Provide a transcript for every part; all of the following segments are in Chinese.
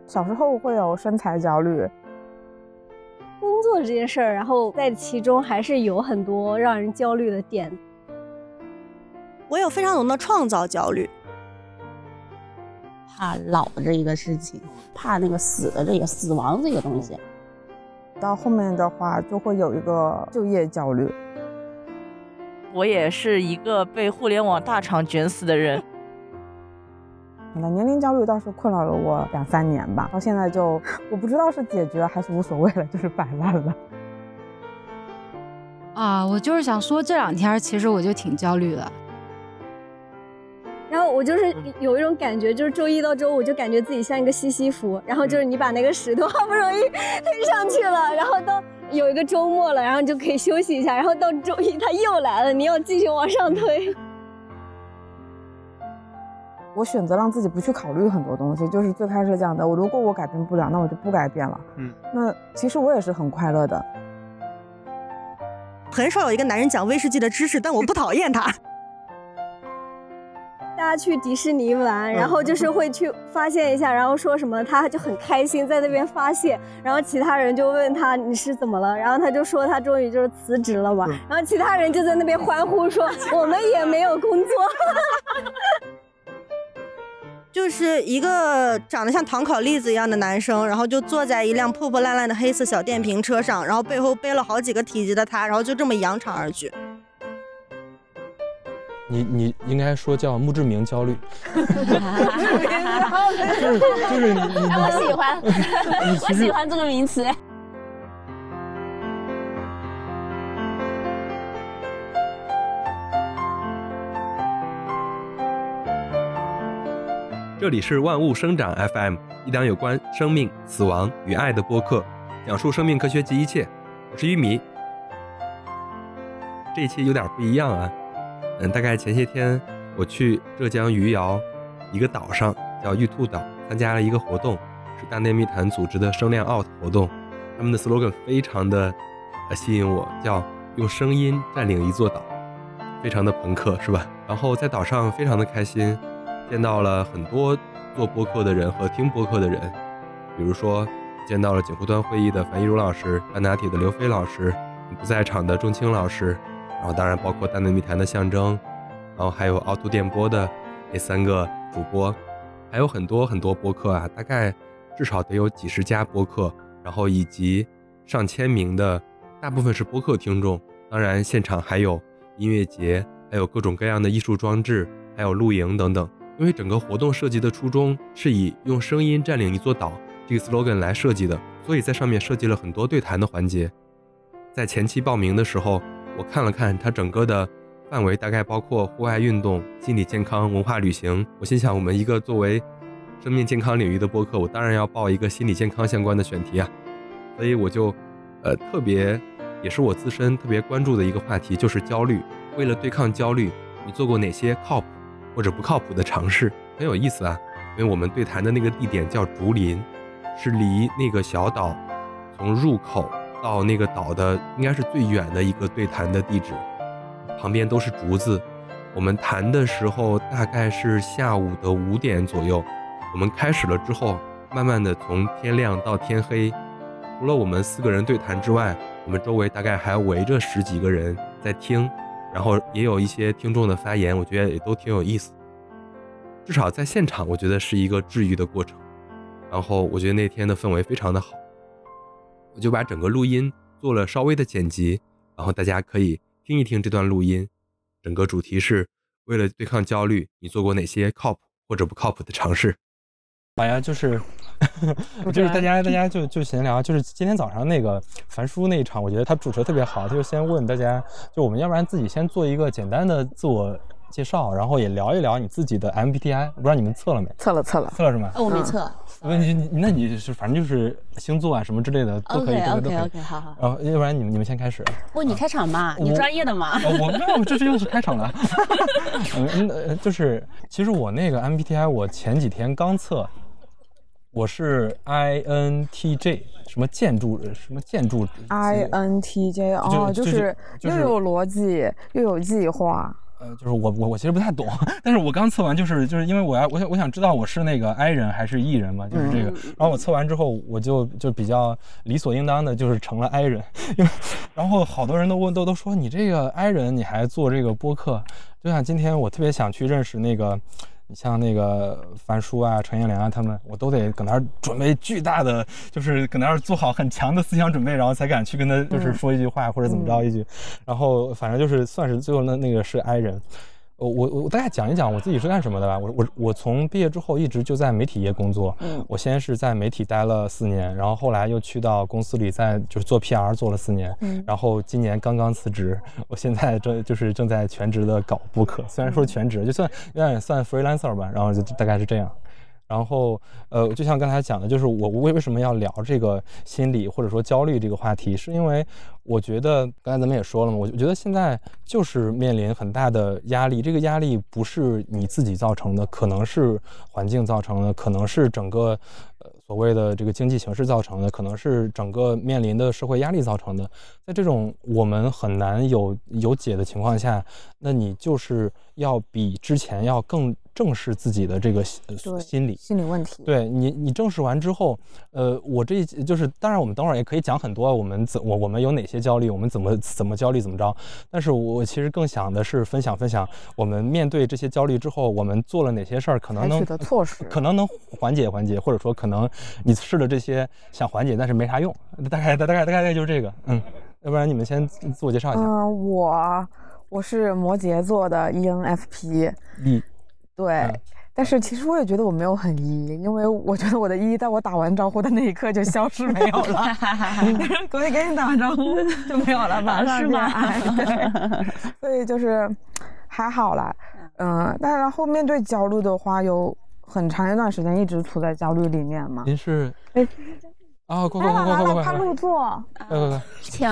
小时候会有身材焦虑， 工作这件事儿，然后在其中还是有很多让人焦虑的点。 我有非常浓的创造焦虑， 怕老的这一个事情，怕那个死亡这个东西。 到后面的话就会有一个就业焦虑。 我也是一个被互联网大厂卷死的人。 可能年龄焦虑倒是困扰了我2-3年吧，到现在就我不知道是解决还是无所谓了，就是摆烂了。 我就是想说这2天其实我就挺焦虑的。 然后我就是有一种感觉，就是周一到周五就感觉自己像一个西西弗，然后就是你把那个石头好不容易推上去了，然后到有一个周末了，然后你就可以休息一下，然后到周一它又来了，你要继续往上推。 我选择让自己不去考虑很多东西，就是最开始讲的，如果我改变不了，那我就不改变了。那其实我也是很快乐的。 很少有一个男人讲威士忌的知识，但我不讨厌他。 大家去迪士尼玩，然后就是会去发现一下，然后说什么他就很开心在那边发泄，然后其他人就问他你是怎么了，然后他就说他终于就是辞职了嘛，然后其他人就在那边欢呼说我们也没有工作。 就是一个长得像糖烤栗子一样的男生，然后就坐在一辆破破烂烂的黑色小电瓶车上，然后背后背了好几个体积的他，然后就这么扬长而去。 你应该说叫墓志铭焦虑。就是你我喜欢，我喜欢这个名词。 这里是万物生长 FM， 一档有关生命、死亡与爱的播客，讲述生命科学及一切。我是玉米。这一期有点不一样啊。大概前些天我去浙江余姚一个岛上叫玉兔岛，参加了一个活动，是大内密谈组织的声量 out 活动。他们的 slogan 非常的吸引我，叫用声音占领一座岛，非常的朋克是吧？然后在岛上非常的开心，见到了很多做播客的人和听播客的人，比如说见到了锦湖端会议的樊一茹老师，半拿铁的刘飞老师，不在场的钟青老师，然后当然包括大内密谈的象征，然后还有凹凸电波的那3个主播，还有很多很多播客啊，大概至少得有几十家播客，然后以及上千名的大部分是播客听众，当然现场还有音乐节，还有各种各样的艺术装置，还有露营等等。因为整个活动设计的初衷是以用声音占领一座岛这个 slogan 来设计的，所以在上面设计了很多对谈的环节。在前期报名的时候，我看了看它整个的范围，大概包括户外运动、心理健康、文化旅行。我心想，我们一个作为生命健康领域的播客，我当然要报一个心理健康相关的选题啊。所以我就特别也是我自身特别关注的一个话题，就是焦虑。为了对抗焦虑，你做过哪些靠谱或者不靠谱的尝试？很有意思啊。因为我们对谈的那个地点叫竹林，是离那个小岛从入口到那个岛的应该是最远的一个对谈的地址，旁边都是竹子。我们谈的时候大概是下午的5点左右，我们开始了之后，慢慢的从天亮到天黑，除了我们4个人对谈之外，我们周围大概还围着10几个人在听，然后也有一些听众的发言，我觉得也都挺有意思。至少在现场我觉得是一个治愈的过程，然后我觉得那天的氛围非常的好，我就把整个录音做了稍微的剪辑，然后大家可以听一听这段录音。整个主题是为了对抗焦虑，你做过哪些靠谱或者不靠谱的尝试？ 好呀，就是大家就闲聊，就是今天早上那个樊叔那一场，我觉得他主持得特别好，他就先问大家，就我们要不然自己先做一个简单的自我介绍，然后也聊一聊你自己的 MBTI， 我不知道你们测了没？ 测了是吗？ 我没测。 那你是反正就是星座啊什么之类的都可以。 OK， 好。 然后要不然你们先开始。 不，你开场嘛，你专业的嘛。 我没有，这是又是开场的。就是其实我那个 MBTI 我前几天刚测。我是 INTJ， 什么建筑 INTJ 就是又有逻辑又有计划， 就是我其实不太懂，但是我刚测完就是因为我想知道我是那个 I 人还是 E 人嘛，就是这个。然后我测完之后，我就比较理所应当的就是成了 I 人，然后好多人都说你这个 I 人你还做这个播客，就像今天我特别想去认识那个。你像那个樊叔啊、陈彦良啊，他们我都得搁那儿准备巨大的，就是搁那儿做好很强的思想准备，然后才敢去跟他就是说一句话或者怎么着一句。然后反正就是算是最后那个是 I 人。我大概讲一讲我自己是干什么的吧。我从毕业之后一直就在媒体业工作。我先是在媒体待了4年，然后后来又去到公司里就是做 PR 做了4年，然后今年刚刚辞职。我现在正在全职的搞播客，虽然说全职就算有点算 freelancer 吧，然后就大概是这样。然后就像刚才讲的，就是我为什么要聊这个心理或者说焦虑这个话题，是因为我觉得刚才咱们也说了嘛，我觉得现在就是面临很大的压力，这个压力不是你自己造成的，可能是环境造成的，可能是整个所谓的这个经济形势造成的，可能是整个面临的社会压力造成的。在这种我们很难有解的情况下，那你就是要比之前要更正视自己的这个心理问题。对你正视完之后，我这就是当然我们等会儿也可以讲很多我们有哪些焦虑，我们怎么焦虑怎么着。但是我其实更想的是分享我们面对这些焦虑之后，我们做了哪些事儿，可能能采取的措施， 可能能缓解，或者说可能你试了这些想缓解，但是没啥用。大概就是这个。要不然你们先自我介绍一下。 我是摩羯座的 ENFP。对，但是其实我也觉得我没有很 E， 因为我觉得我的 E 在我打完招呼的那一刻就消失没有了。所以跟你打完招呼就没有了，马上变 I。对，所以就是还好啦。但是后面对焦虑的话，有很长一段时间一直处在焦虑里面嘛。 您是？快！ 他入座。 请。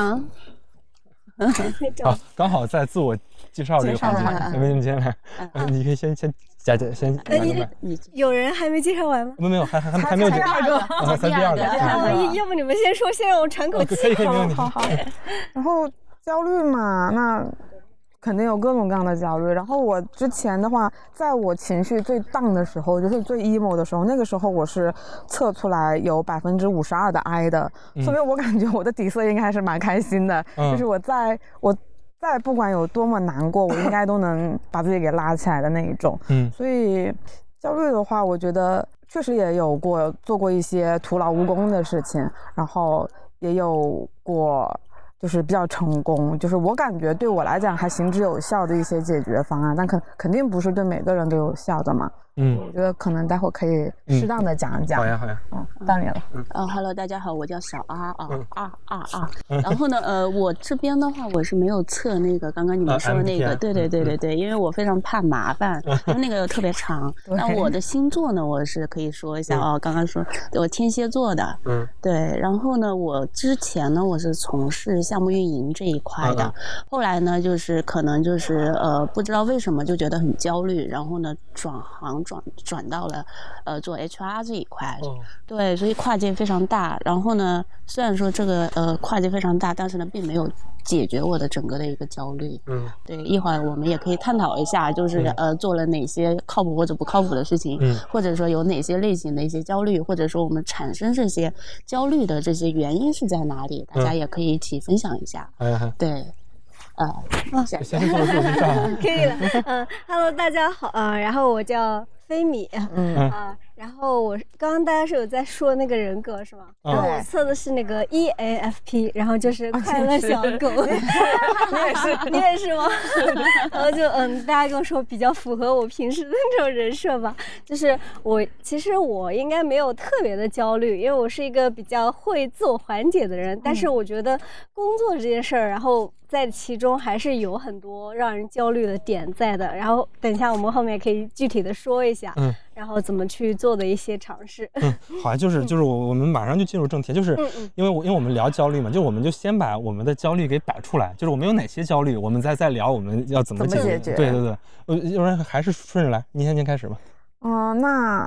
好，刚好在自我介绍这个环节，你先来，你可以先讲。 有人还没介绍完吗？ 没有，还没有第二个，才第二个。 要不你们先说，先让我喘口气。 可以，没问题。 好。然后焦虑嘛，那肯定有各种各样的焦虑。然后我之前的话，在我情绪最down的时候，就是最 emo 的时候，那个时候我是测出来有52%的 I 的，说明我感觉我的底色应该还是蛮开心的。就是我在不管有多么难过，我应该都能把自己给拉起来的那一种。所以焦虑的话，我觉得确实也有做过一些徒劳无功的事情，然后也有过就是比较成功，就是我感觉对我来讲还行之有效的一些解决方案，但肯定不是对每个人都有效的嘛。我觉得可能待会可以适当的讲一讲。 好呀。 到你了。 Hello， 大家好，我叫小阿然后呢，我这边的话，我是没有测那个刚刚你们说的那个，对，因为我非常怕麻烦，因为那个又特别长。那我的星座呢，我是可以说一下刚刚说我天蝎座的，对。然后呢，我之前呢，我是从事项目运营这一块的，后来呢，就是可能就是不知道为什么就觉得很焦虑，然后呢，转到了做 HR 这一块。对，所以跨界非常大。然后呢，虽然说这个跨界非常大，但是呢，并没有解决我的整个的一个焦虑。对，一会儿我们也可以探讨一下，就是做了哪些靠谱或者不靠谱的事情，或者说有哪些类型的一些焦虑，或者说我们产生这些焦虑的这些原因是在哪里，大家也可以一起分享一下。对。 先自我介绍。 可以了。Hello， 大家好然后我叫飞米。然后我刚刚大家是有在说那个人格是吗？然后我测的是那个 ENFP， 然后就是快乐小狗。你也是吗？然后就大家跟我说比较符合我平时的那种人设吧。就是其实我应该没有特别的焦虑，因为我是一个比较会自我缓解的人。但是我觉得工作这件事儿，然后在其中还是有很多让人焦虑的点在的。然后等一下我们后面可以具体的说一下。然后怎么去做的一些尝试。 好，就是我们马上就进入正题，就是因为我们聊焦虑嘛，就我们就先把我们的焦虑给摆出来，就是我们有哪些焦虑，我们再聊我们要怎么解决。对，要不然还是顺着来，您先开始吧。 那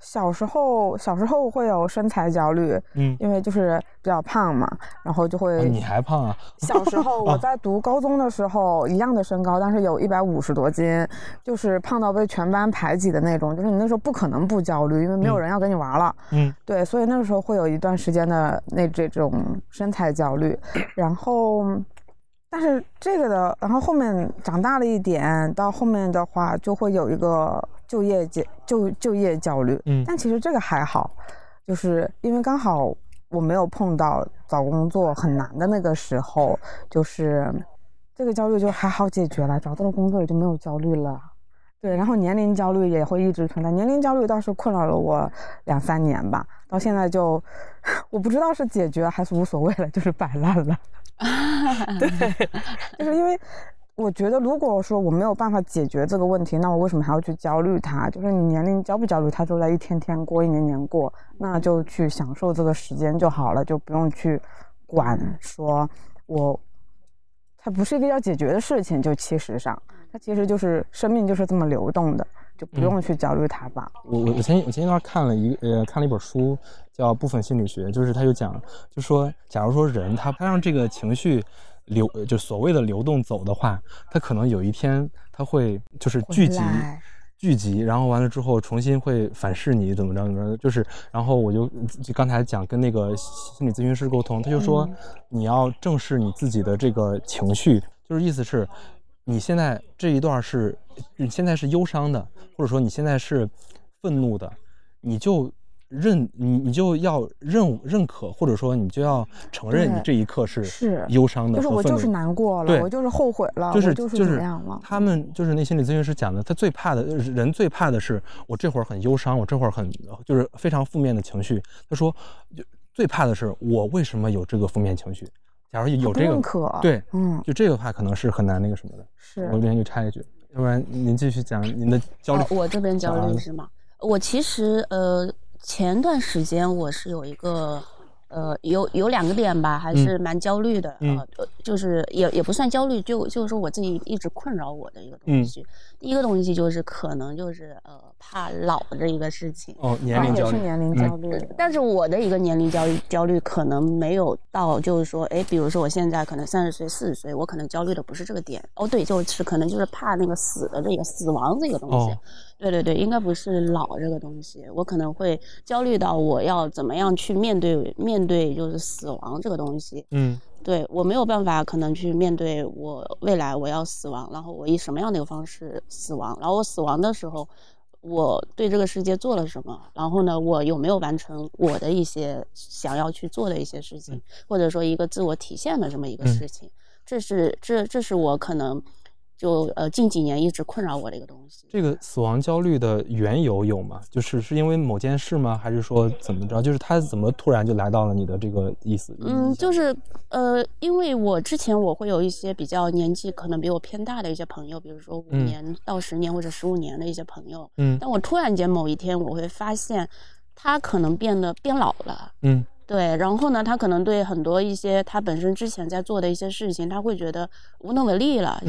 小时候会有身材焦虑，因为就是比较胖嘛，然后就会。 你还胖啊？ 小时候我在读高中的时候，一样的身高，但是有150多斤，就是胖到被全班排挤的那种，就是你那时候不可能不焦虑，因为没有人要跟你玩了。对，所以那个时候会有一段时间的这种身材焦虑，然后。但是这个的，然后后面长大了一点，到后面的话就会有一个就业焦虑。但其实这个还好，就是因为刚好我没有碰到找工作很难的那个时候，就是这个焦虑就还好解决了，找到了工作也就没有焦虑了。对，然后年龄焦虑也会一直存在，年龄焦虑倒是困扰了我2、3年吧，到现在就我不知道是解决还是无所谓了，就是摆烂了。对，就是因为我觉得如果说我没有办法解决这个问题，那我为什么还要去焦虑它？就是你年龄焦不焦虑，它就在一天天过，一年年过，那就去享受这个时间就好了，就不用去管说它不是一个要解决的事情，就其实上它其实就是生命就是这么流动的，就不用去焦虑它吧。 我前一段看了一本书叫《部分心理学》，就是他就讲，就说假如说人他让这个情绪就所谓的流动走的话，他可能有一天他会就是聚集，然后完了之后重新会反噬你怎么着，就是然后我就刚才讲跟那个心理咨询师沟通，他就说你要正视你自己的这个情绪，就是意思是你现在这一段你现在是忧伤的，或者说你现在是愤怒的，你就要认可，或者说你就要承认你这一刻是忧伤的， 就是我就是难过了，我就是后悔了， 就是怎么样了。 他们就是那心理咨询师讲的，他人最怕的是我这会儿很忧伤，我这会儿就是非常负面的情绪。他说最怕的是我为什么有这个负面情绪。假如有这个，对，就这个话可能是很难那个什么的。是，我这边就插一句，要不然您继续讲您的焦虑。 我这边焦虑是吗？我其实前段时间我是有一个有2个点吧，还是蛮焦虑的。就是也不算焦虑，就是说我自己一直困扰我的一个东西。第一个东西就是可能就是怕老这一个事情。 年龄焦虑。 也是年龄焦虑。 但是我的一个年龄焦虑可能没有到，就是说，比如说我现在可能30岁、40岁，我可能焦虑的不是这个点。对，就是可能就是怕那个死亡这个东西。对，应该不是老这个东西，我可能会焦虑到我要怎么样去面对就是死亡这个东西。对，我没有办法可能去面对我未来我要死亡，然后我以什么样的一个方式死亡，然后我死亡的时候我对这个世界做了什么，然后呢我有没有完成我的一些想要去做的一些事情，或者说一个自我体现的这么一个事情。这是我可能就近几年一直困扰我的一个东西。 这个死亡焦虑的缘由有吗？是因为某件事吗？还是说怎么着？就是他怎么突然就来到了你的这个意思？ 就是因为我之前我会有一些比较年纪可能比我偏大的一些朋友，比如说5年到10年或者15年的一些朋友。但我突然间某一天我会发现他可能变老了。对，然后呢，他可能对很多一些他本身之前在做的一些事情，他会觉得无能为力了，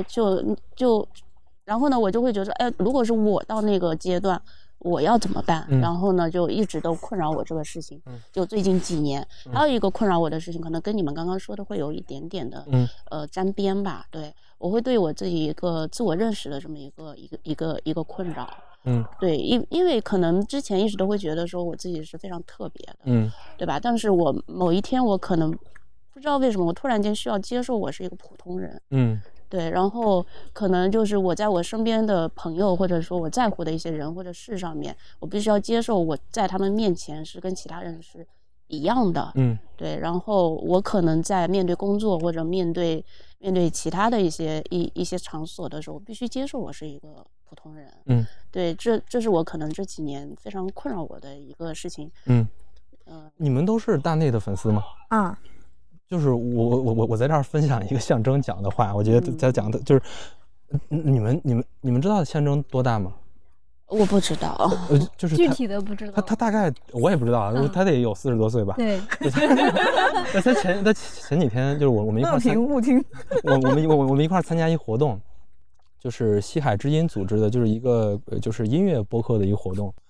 然后呢，我就会觉得，如果是我到那个阶段，我要怎么办？然后呢，就一直都困扰我这个事情。就最近几年，还有一个困扰我的事情，可能跟你们刚刚说的会有一点点的沾边吧。对，我会对我自己一个自我认识的这么一个困扰。对，因为可能之前一直都会觉得说我自己是非常特别的，对吧？但是我某一天我可能不知道为什么，我突然间需要接受我是一个普通人，对，然后可能就是我在我身边的朋友或者说我在乎的一些人或者事上面，我必须要接受我在他们面前是跟其他人是一样的，对，然后我可能在面对工作或者面对其他的一些场所的时候，我必须接受我是一个普通人，对，这是我可能这几年非常困扰我的一个事情。 你们都是大内的粉丝吗？就是我在这儿分享一个象征讲的话，我觉得他讲的就是你们知道象征多大吗？ 我不知道， 就是具体的不知道。 他大概我也不知道，他得有40多岁吧。 对。 他前几天就是我们一块我们一块参加一活动，就是西海之音组织的，就是一个就是音乐播客的一个活动。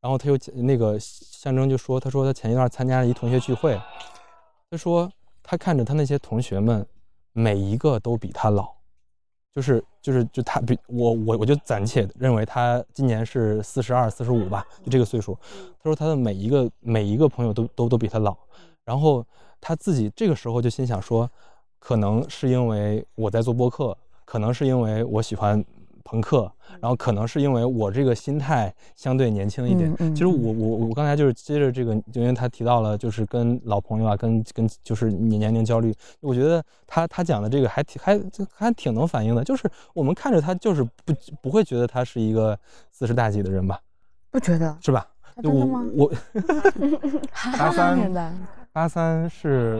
然后他又那个象征就说，他说他前一段参加了一同学聚会，他说他看着他那些同学们每一个都比他老，就他比我就暂且认为他今年是42、45吧，就这个岁数。他说他的每一个朋友都比他老，然后他自己这个时候就心想说，可能是因为我在做播客，可能是因为我喜欢朋克，然后可能是因为我这个心态相对年轻一点。其实我刚才就是接着这个，因为他提到了就是跟老朋友啊，跟就是年龄焦虑，我觉得他讲的这个还挺能反映的，就是我们看着他就是不会觉得他是一个40大几的人吧？ 不觉得是吧？ 真的吗？ 我 83年代 ，83是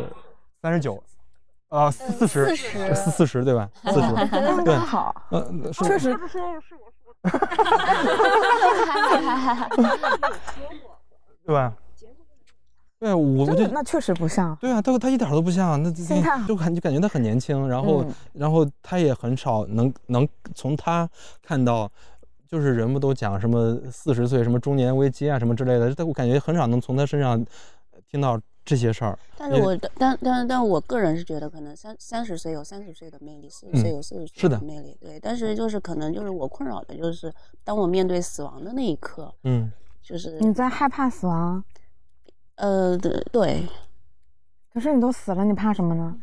39。40对吧？40对， 好， 确实，对吧？对，我就那确实不像。 对啊，他一点都不像，那就感觉他很年轻，然后他也很少能从他看到，就是人们都讲什么40岁什么中年危机啊什么之类的，但我感觉很少能从他身上听到这些事儿。 但我个人是觉得，可能30岁有30岁的魅力，40岁有40岁的魅力，对。但是就是可能就是我困扰的就是，当我面对死亡的那一刻，就是你在害怕死亡。 对。 可是你都死了，你怕什么呢？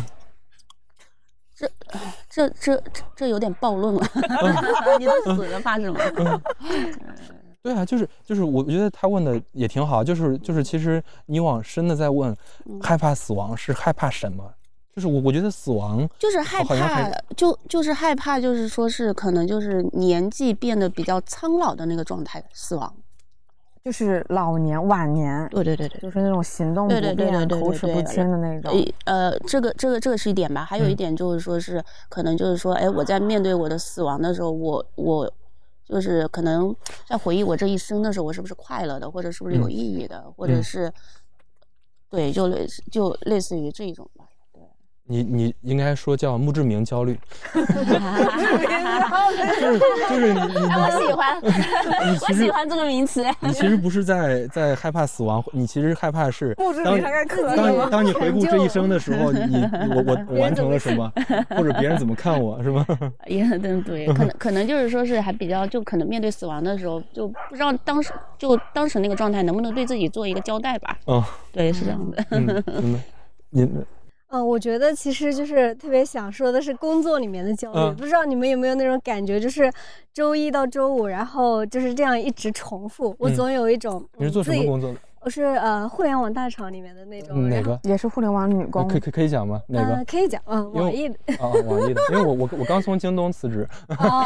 这有点暴论了。你都死了，怕什么？ 对啊，就是我觉得他问的也挺好，就是其实你往深的在问，害怕死亡是害怕什么？就是我觉得死亡就是害怕，就是害怕，就是说是可能就是年纪变得比较苍老的那个状态，死亡。 就是老年晚年， 对， 就是那种行动不便、口齿不清的那种。 这个是一点吧，还有一点就是说是可能就是说，我在面对我的死亡的时候，我就是可能在回忆我这一生的时候，我是不是快乐的，或者是不是有意义的，或者是对，就类似于这种吧。 你应该说叫墓志铭焦虑，就是你我喜欢，我喜欢这个名词。 你其实不是在害怕死亡，你其实害怕是墓志铭该可当你回顾这一生的时候，我完成了什么，或者别人怎么看我，是吗？ 也对，可能就是说是还比较，就可能面对死亡的时候，就不知道当时那个状态能不能对自己做一个交代吧。对，是这样的。 我觉得其实就是特别想说的是工作里面的焦虑，不知道你们有没有那种感觉，就是周一到周五，然后就是这样一直重复，我总有一种你是做什么工作的？ 我是互联网大厂里面的那种。 哪个？ 也是互联网女工。 可以讲吗？哪个？ 可以讲，网易的。 网易的，因为我刚从京东辞职，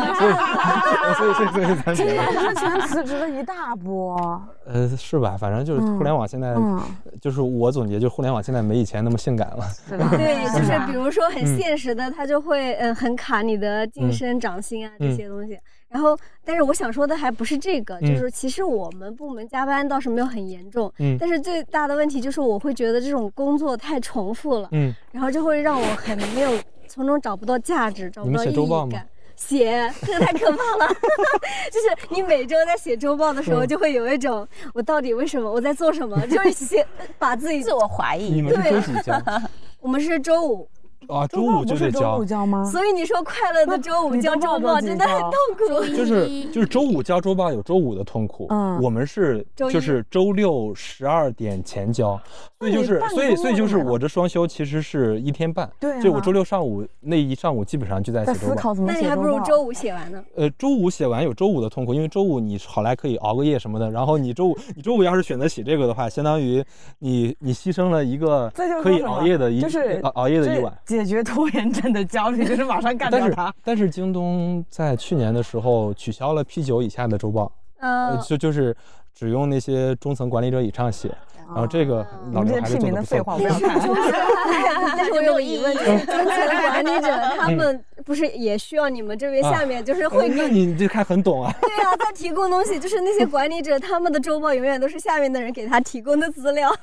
所以咱今年不是全辞职了一大波。 是吧？反正就是互联网现在，就是我总结，就是互联网现在没以前那么性感了。 是吧？ 对，就是比如说很现实的，它就会很卡你的晋升、涨薪啊这些东西。然后，但是我想说的还不是这个，就是其实我们部门加班倒是没有很严重，但是最大的问题就是我会觉得这种工作太重复了，然后就会让我很没有从中找不到价值，找不到意义感。写这个太可怕了，就是你每周在写周报的时候，就会有一种我到底为什么我在做什么，就是把自己自我怀疑。 你们是周几交？ 我们是周五。 周五就得交吗？ 所以你说快乐的周五交周报真的很痛苦。 就是周五交周报有周五的痛苦，我们是就是周六12点前交，所以就是我这双休其实是1天半， 对， 就我周六上午那一上午基本上就在写周报。 那你还不如周五写完呢。 周五写完有周五的痛苦，因为周五你好来可以熬个夜什么的，然后你周五要是选择写这个的话，相当于你牺牲了一个可以熬夜的熬夜的一晚。 解决拖延症的焦虑就是马上干掉它。 但是京东在去年的时候取消了P9以下的周报，就是只用那些中层管理者以上写，然后这个老刘还是做得不错。 但是我有疑问，中层管理者他们不是也需要你们这边下面就是会给？ 那你这看很懂啊。 对啊，在提供东西，就是那些管理者他们的周报永远都是下面的人给他提供的资料。 是。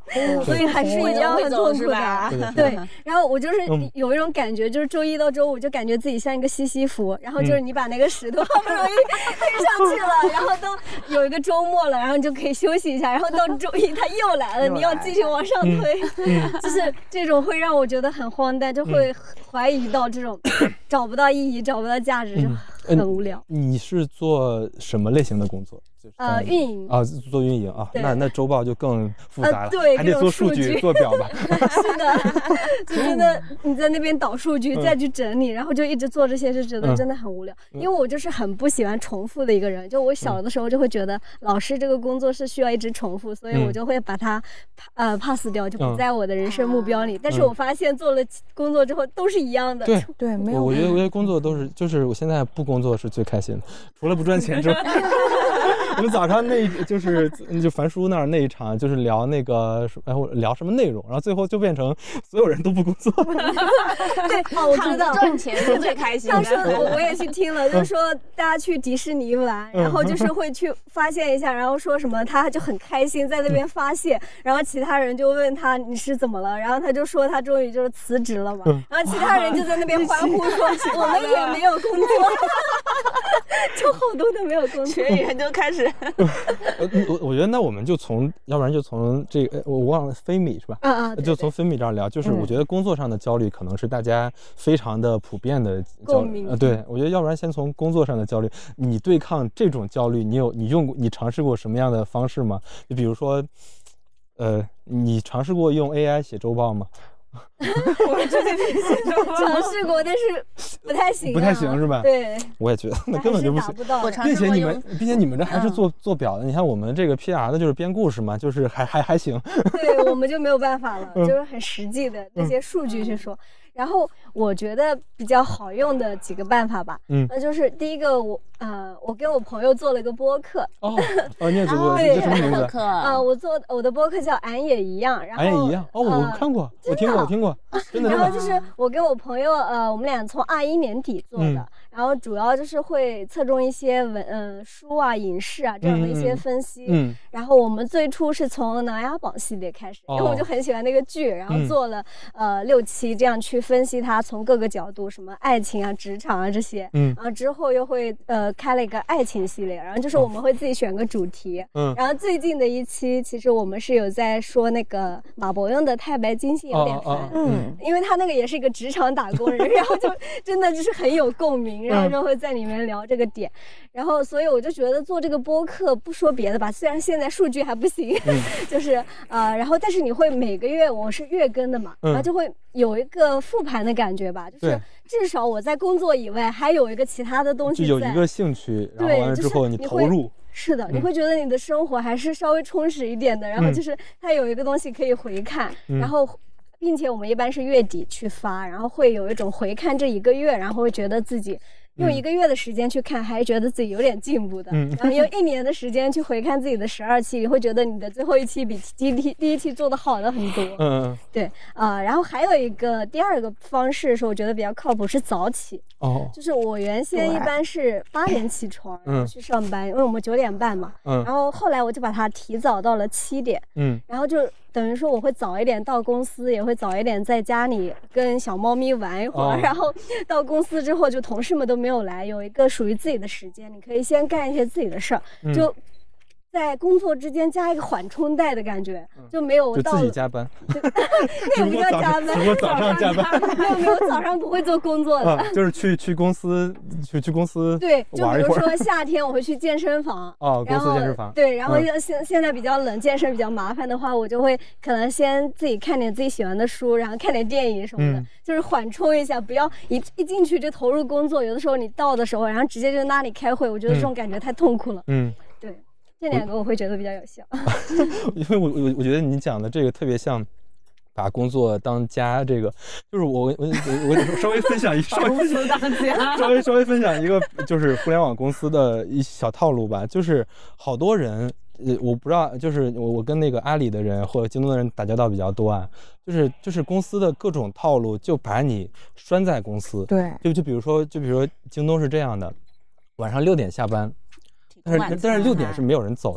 所以还是一样很痛苦的。对，然后我就是有一种感觉，就是周一到周五就感觉自己像一个西西弗，然后就是你把那个石头好不容易推上去了，然后都有一个周末了，然后你就可以休息一下，然后到周一它又来了，你要继续往上推，就是这种会让我觉得很荒诞，就会怀疑到这种找不到意义、找不到价值，就很无聊。 你是做什么类型的工作？ 运营啊，做运营啊，那周报就更复杂了， 对， 还得做数据、做表吧。 是的，就真的你在那边导数据，再去整理，然后就一直做这些，是觉得真的很无聊。因为我就是很不喜欢重复的一个人，就我小的时候就会觉得老师这个工作是需要一直重复，所以我就会把它pass 掉，就不在我的人生目标里。但是我发现做了工作之后都是一样的。 对，没有。 我觉得工作都是，就是我现在不工作是最开心的，除了不赚钱之外。我们早上就樊叔那儿那一场，就是聊那个聊什么内容，然后最后就变成所有人都不工作。 对，我知道赚钱是最开心的。 当时我也去听了，就是说大家去迪士尼玩，然后就是会去发现一下，然后说什么他就很开心在那边发泄，然后其他人就问他你是怎么了，然后他就说他终于就是辞职了嘛，然后其他人就在那边欢呼说我们也没有工作，就好多都没有工作， 学员就开始。 我觉得那我们就要不然就从这个我忘了飞米是吧？就从飞米这儿聊，就是我觉得工作上的焦虑可能是大家非常的普遍的焦虑。对，我觉得要不然先从工作上的焦虑，你对抗这种焦虑，你尝试过什么样的方式吗？就比如说，你尝试过用 AI 写周报吗？ 我这个尝试过，但是不太行， 不太行是吧？ 对， 我也觉得那根本就不行。并且你们这还是做表的，你看我们这个 PR 的就是编故事嘛，就是还行。 对，我们就没有办法了，就是很实际的那些数据去说。然后我觉得比较好用的几个办法吧，那就是第一个，我跟我朋友做了一个播客。 你也做过？叫什么名字？ 我的播客叫俺也一样。然后俺也一样。我看过，我听过，真的。 然后就是我跟我朋友，我们俩从21年底做的，然后主要就是会侧重一些书啊、影视啊这样的一些分析。然后我们最初是从《琅琊榜》系列开始，因为我就很喜欢那个剧，然后做了6期这样去分析它，从各个角度，什么爱情啊、职场啊这些。然后之后又会开了一个爱情系列，然后就是我们会自己选个主题。然后最近的一期，其实我们是有在说那个马伯庸的《太白金星有点烦》，因为他那个也是一个职场打工人，然后就真的就是很有共鸣，然后就会在里面聊这个点。然后所以我就觉得做这个播客不说别的吧，虽然现在数据还不行，就是然后但是你会每个月，我是月更的嘛，然后就会有一个复盘的感觉吧，就是至少我在工作以外还有一个其他的东西在， 就有一个兴趣，然后完了之后你投入。 是的，你会觉得你的生活还是稍微充实一点的，然后就是它有一个东西可以回看，然后并且我们一般是月底去发，然后会有一种回看这一个月，然后会觉得自己用1个月的时间去看，还觉得自己有点进步的。然后用1年的时间去回看自己的12期，你会觉得你的最后一期比第一期做的好的很多。对然后还有一个第二个方式是我觉得比较靠谱，是早起。就是我原先一般是8点起床，然后去上班，因为我们9点半嘛。然后后来我就把它提早到了7点。然后就等于说我会早一点到公司，也会早一点在家里跟小猫咪玩一会儿。然后到公司之后，就同事们都没有来，有一个属于自己的时间，你可以先干一些自己的事儿，就在工作之间加一个缓冲带的感觉，就没有到就自己加班， 那个不叫加班， 只不过早上加班， 没有早上不会做工作的， 就是去公司去公司对，就比如说夏天我会去健身房公司健身房对，然后现在比较冷，健身比较麻烦的话，我就会可能先自己看点自己喜欢的书，然后看点电影什么的，就是缓冲一下，不要一进去就投入工作，有的时候你到的时候，然后直接就那里开会，我觉得这种感觉太痛苦了。对。这2个我会觉得比较有效， 因为我觉得你讲的这个特别像把工作当家，这个就是我稍微分享一稍微分享一个就是互联网公司的一小套路吧，就是好多人我不知道，就是我跟那个阿里的人或者京东的人打交道比较多啊，就是公司的各种套路就把你拴在公司， 对， 就比如说京东是这样的，晚上6点下班。但是6点是没有人走的，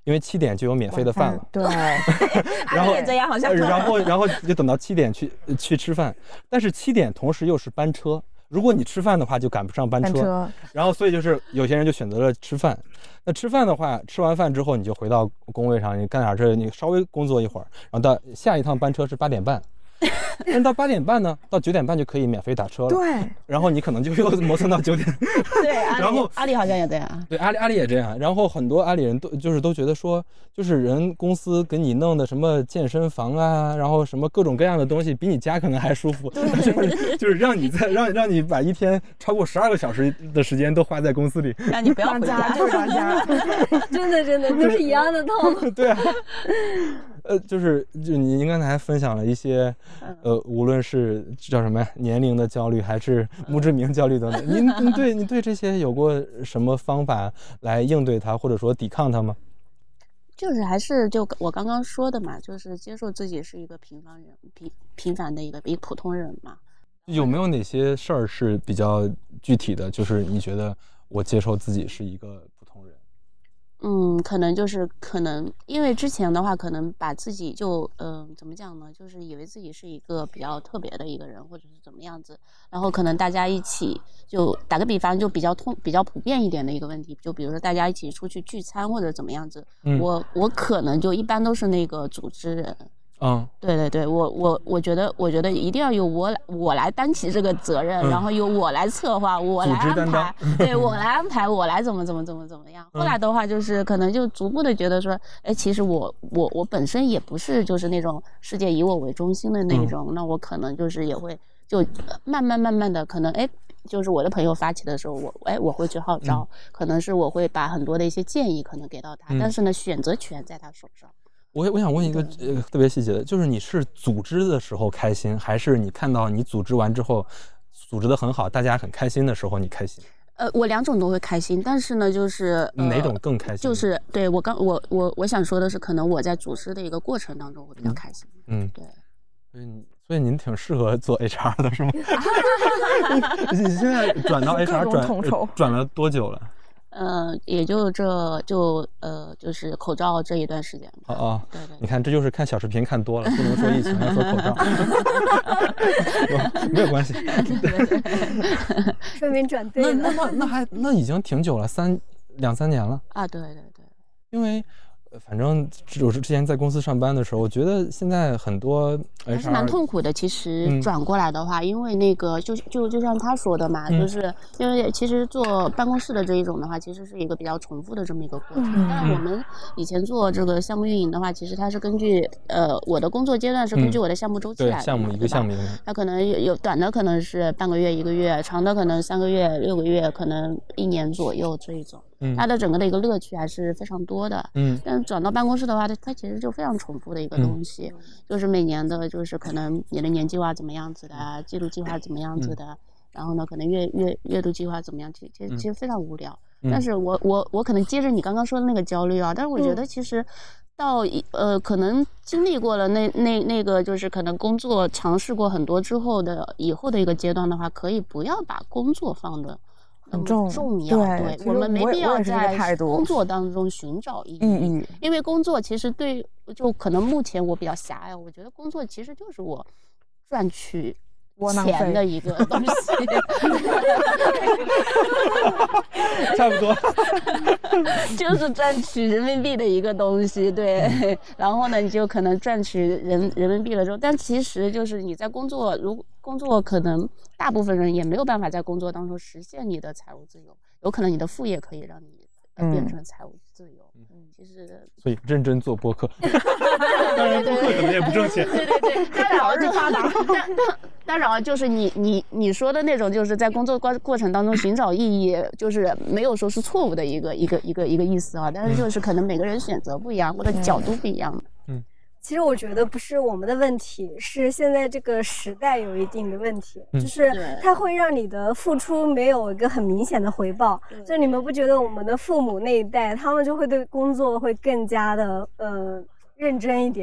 因为7点就有免费的饭了。 对， 然后也这样好像。 然后就等到7点去吃饭，但是7点同时又是班车。如果你吃饭的话，就赶不上班车，然后所以就是有些人就选择了吃饭。那吃饭的话，吃完饭之后你就回到工位上，你干点这，你稍微工作一会儿，然后到下一趟班车是8点半。但到8点半呢，到9点半就可以免费打车了。 对， 然后你可能就又磨蹭到9点。 对， 然后阿里好像也这样。 对，阿里也这样。然后很多阿里人都觉得说，就是人公司给你弄的什么健身房啊，然后什么各种各样的东西，比你家可能还舒服。就是让你把一天超过12个小时的时间都花在公司里， 让你不要回家， 就是当家。 真的都是一样的套路。 对啊。就您刚才分享了一些，无论是叫什么年龄的焦虑，还是墓志铭焦虑等等，您对这些有过什么方法来应对它，或者说抵抗它吗？ 就是还是就我刚刚说的嘛，就是接受自己是一个平凡的一个普通人嘛。 有没有哪些事儿是比较具体的？就是你觉得我接受自己是一个普通人？ 可能因为之前的话，可能把自己就怎么讲呢？就是以为自己是一个比较特别的一个人，或者是怎么样子。然后可能大家一起，就打个比方，就比较普遍一点的一个问题，就比如说大家一起出去聚餐或者怎么样子，我可能就一般都是那个组织人。对，我觉得一定要由我来担起这个责任，然后由我来策划，我来安排，对，我来安排，我来怎么样。后来的话，就是可能就逐步的觉得说，其实我本身也不是就是那种世界以我为中心的那种，那我可能就是也会就慢慢的，可能就是我的朋友发起的时候，我会去号召，可能是我会把很多的一些建议可能给到他，但是呢，选择权在他手上。 我想问一个特别细节的，就是你是组织的时候开心，还是你看到你组织完之后，组织得很好，大家很开心的时候你开心？ 我两种都会开心，但是呢，就是哪种更开心？ 就是对我想说的是，可能我在组织的一个过程当中会比较开心。对。 所以您挺适合做 HR 的是吗？你现在转到 HR 转了多久了？ 也就是口罩这一段时间。对， 你看这就是看小视频看多了，不能说疫情，要说口罩。没有关系。 说明转对了。 那已经挺久了，2、3年了啊。对。 因为反正我是之前在公司上班的时候，我觉得现在很多 HR 还是蛮痛苦的。其实转过来的话，因为那个就像他说的嘛，就是因为其实做办公室的这一种的话，其实是一个比较重复的这么一个过程。但是我们以前做这个项目运营的话，其实它是根据我的工作阶段是根据我的项目周期来的， 项目一个项目， 它可能有短的可能是半个月1个月，长的可能3个月6个月，可能1年左右这一种。它的整个的一个乐趣还是非常多的。但转到办公室的话，它其实就非常重复的一个东西，就是每年的就是可能你的年计划怎么样子的，季度计划怎么样子的，然后呢可能月度计划怎么样，其实非常无聊。但是我可能接着你刚刚说的那个焦虑啊，但是我觉得其实到可能经历过了那个就是可能工作尝试过很多之后的以后的一个阶段的话，可以不要把工作放的很重要。对，我们没必要在工作当中寻找意义，因为工作其实就可能目前我比较狭隘，我觉得工作其实就是我赚取钱的一个东西。 差不多。 就是赚取人民币的一个东西，对。然后呢，你就可能赚取人民币了之后，但其实就是你在工作可能大部分人也没有办法在工作当中实现你的财务自由，有可能你的副业可以让你变成财务自由。其实所以认真做播客。当然播客可能也不挣钱。 对，当然就是你说的那种，就是在工作过程当中寻找意义，就是没有说是错误的一个意思啊，但是就是可能每个人选择不一样，或者角度不一样。 其实我觉得不是我们的问题，是现在这个时代有一定的问题，就是它会让你的付出没有一个很明显的回报。就你们不觉得我们的父母那一代，他们就会对工作会更加的认真一点，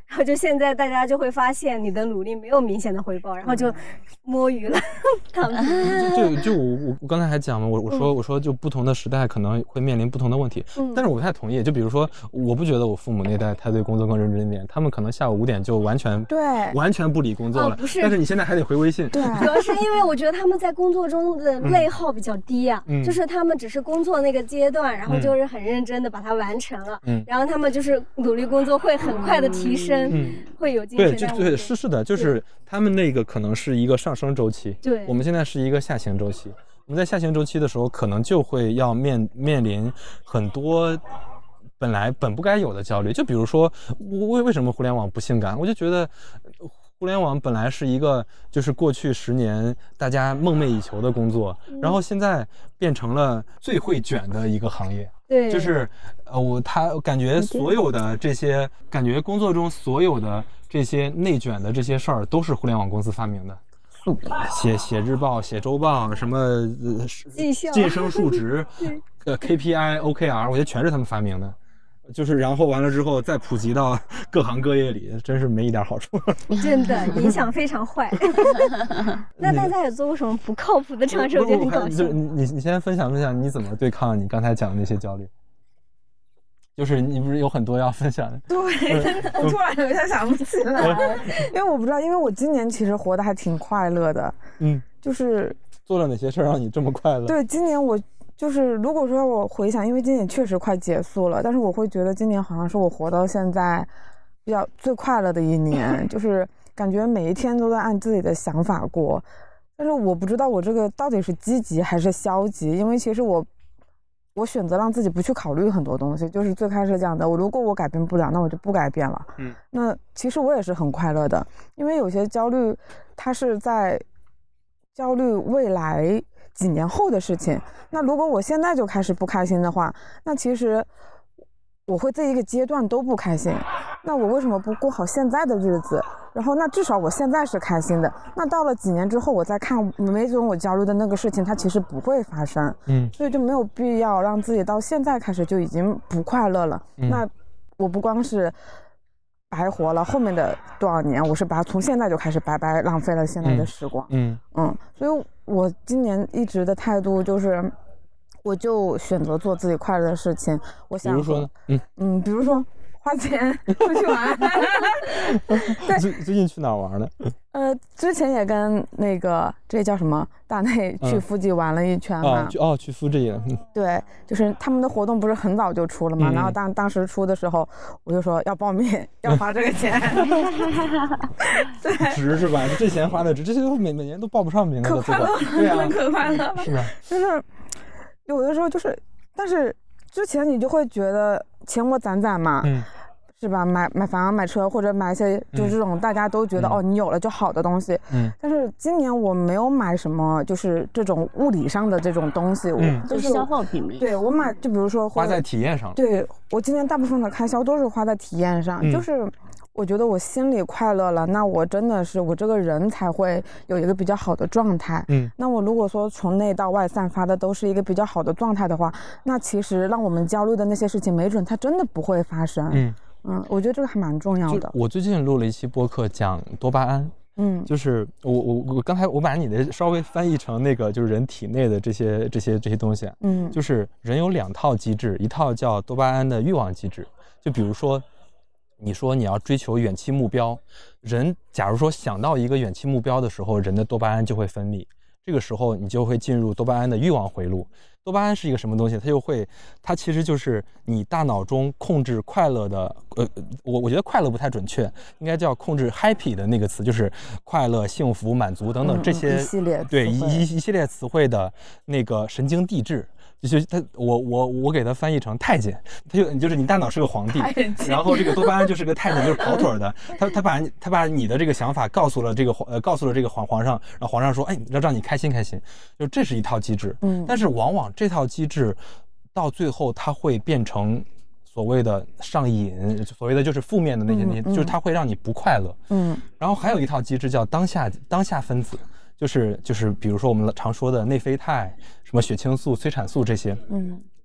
然后就现在大家就会发现你的努力没有明显的回报，然后就摸鱼了。 就我刚才还讲嘛，我说就不同的时代可能会面临不同的问题，但是我不太同意。就比如说，我不觉得我父母那代他对工作更认真一点，他们可能下午5点就完全不理工作了。 不是， 但是你现在还得回微信。 对，主要是因为我觉得他们在工作中的内耗比较低啊，就是他们只是工作那个阶段，然后就是很认真的把它完成了，然后他们就是努力工作会很快的提升，会有精神。 对，是的，就是他们那个可能是一个上升周期， 对，我们现在是一个下行周期。我们在下行周期的时候，可能就会要面临很多本不该有的焦虑。就比如说，为什么互联网不性感？我就觉得互联网本来是一个就是过去10年大家梦寐以求的工作，然后现在变成了最会卷的一个行业。 对， 就是他感觉所有的这些，感觉工作中所有的这些内卷的这些事儿都是互联网公司发明的。写日报、写周报，什么晋升数值KPI、OKR， 我觉得全是他们发明的。就是然后完了之后再普及到各行各业里，真是没一点好处。 真的影响非常坏。那大家有做过什么不靠谱的尝试？我觉得很搞笑。 你先分享你怎么对抗你刚才讲的那些焦虑。就是你不是有很多要分享的？ 对，真的，我突然有点想不起来，因为我不知道，因为我今年其实活得还挺快乐的。就是做了哪些事让你这么快乐？ 对，今年我就是如果说我回想，因为今年确实快结束了，但是我会觉得今年好像是我活到现在比较最快乐的一年，就是感觉每一天都在按自己的想法过。但是我不知道我这个到底是积极还是消极，因为其实我选择让自己不去考虑很多东西，就是最开始讲的，如果我改变不了，那我就不改变了。那其实我也是很快乐的，因为有些焦虑，它是在焦虑未来几年后的事情。那如果我现在就开始不开心的话，那其实我会这一个阶段都不开心。那我为什么不过好现在的日子？然后那至少我现在是开心的，那到了几年之后我再看，没准我焦虑的那个事情它其实不会发生，所以就没有必要让自己到现在开始就已经不快乐了。那我不光是白活了后面的多少年，我是把它从现在就开始白白浪费了现在的时光。所以我今年一直的态度就是我就选择做自己快乐的事情。我想比如说呢？ 比如说花钱出去玩。对， 最近去哪儿玩呢？ 之前也跟那个这叫什么大内去富集玩了一圈嘛。 去富集了。 对，就是他们的活动不是很早就出了嘛，然后当时出的时候，我就说要报名，要花这个钱。对， 值是吧？这钱花的值，这些都每年都报不上名的。 可快乐， 对啊， 可快乐。 是的， 就是有的时候就是，但是之前你就会觉得钱我攒嘛。是吧？买房、买车或者买一些就这种大家都觉得你有了就好的东西。但是今年我没有买什么，就是这种物理上的这种东西。 就是消耗品。 对，我买就比如说花在体验上。 对，我今年大部分的开销都是花在体验上，就是我觉得我心里快乐了，那我真的是我这个人才会有一个比较好的状态。那我如果说从内到外散发的都是一个比较好的状态的话，那其实让我们焦虑的那些事情，没准它真的不会发生。我觉得这个还蛮重要的。 我最近录了一期播客讲多巴胺。就是我刚才我把你的稍微翻译成那个就是人体内的这些东西。就是人有2套机制，一套叫多巴胺的欲望机制。就比如说，你说你要追求远期目标，人假如说想到一个远期目标的时候，人的多巴胺就会分泌，这个时候你就会进入多巴胺的欲望回路。多巴胺是一个什么东西？它其实就是你大脑中控制快乐的，我觉得快乐不太准确，应该叫控制 happy 的那个词，就是快乐、幸福、满足等等这些一系列词汇的那个神经递质。就是我给它翻译成太监，就是你大脑是个皇帝，然后这个多巴胺就是个太监，就是跑腿的。他把你的这个想法告诉了这个皇上，然后皇上说，哎，让你开心开心，就这是一套机制。但是往往这套机制到最后它会变成所谓的上瘾，所谓的就是负面的那些，就是它会让你不快乐。然后还有一套机制叫当下分子。就是比如说我们常说的内啡肽、什么血清素、催产素这些，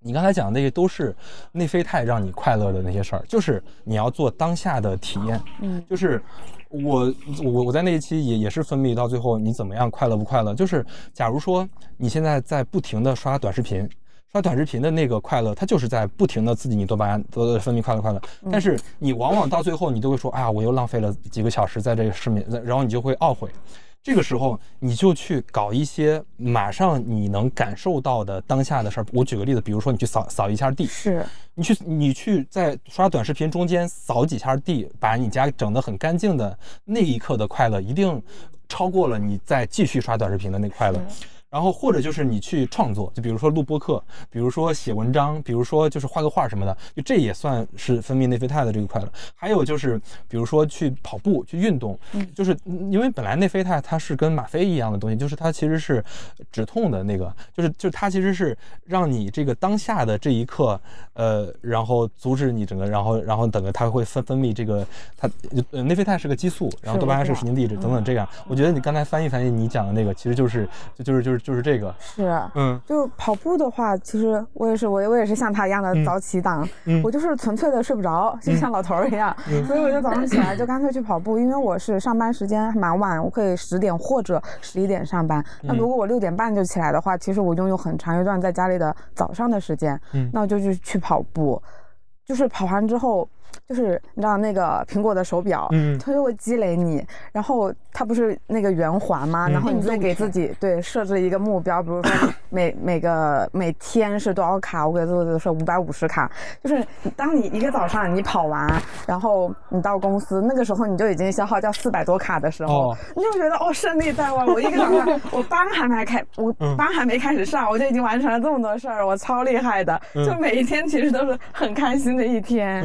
你刚才讲的那些都是内啡肽让你快乐的那些事儿，就是你要做当下的体验。就是我在那一期也是分泌到最后你怎么样快乐不快乐，就是假如说你现在在不停的刷短视频的那个快乐，它就是在不停的刺激你多巴胺都分泌快乐，但是你往往到最后你都会说，哎呀，我又浪费了几个小时在这个失眠，然后你就会懊悔。这个时候你就去搞一些马上你能感受到的当下的事儿。我举个例子，比如说你去扫一下地， 是你去在刷短视频中间扫几下地，把你家整得很干净的那一刻的快乐，一定超过了你再继续刷短视频的那快乐。然后或者就是你去创作，就比如说录播客，比如说写文章，比如说就是画个画什么的，就这也算是分泌内啡肽的这个快乐。还有就是比如说去跑步去运动，就是因为本来内啡肽它是跟吗啡一样的东西，就是它其实是止痛的那个，就是它其实是让你这个当下的这一刻然后阻止你整个，然后等个它会分泌这个它内啡肽是个激素，然后多巴胺是神经递质等等这样。我觉得你刚才翻译你讲的那个其实就是这个是，就跑步的话，其实我也是像他一样的早起党，我就是纯粹的睡不着，就像老头儿一样，所以我就早上起来就干脆去跑步，因为我是上班时间蛮晚，我可以10点或者11点上班。那如果我6点半就起来的话，其实我拥有很长一段在家里的早上的时间，那我就去跑步，就是跑完之后。就是你知道那个苹果的手表，它就会积累你，然后它不是那个圆环吗？然后你再给自己设置一个目标，比如说每天是多少卡，我给自己说550卡。就是当你一个早上你跑完，然后你到公司那个时候你就已经消耗掉400多卡的时候，你就觉得胜利在望。我一个早上我班还没开始上，我就已经完成了这么多事儿，我超厉害的。就每一天其实都是很开心的一天。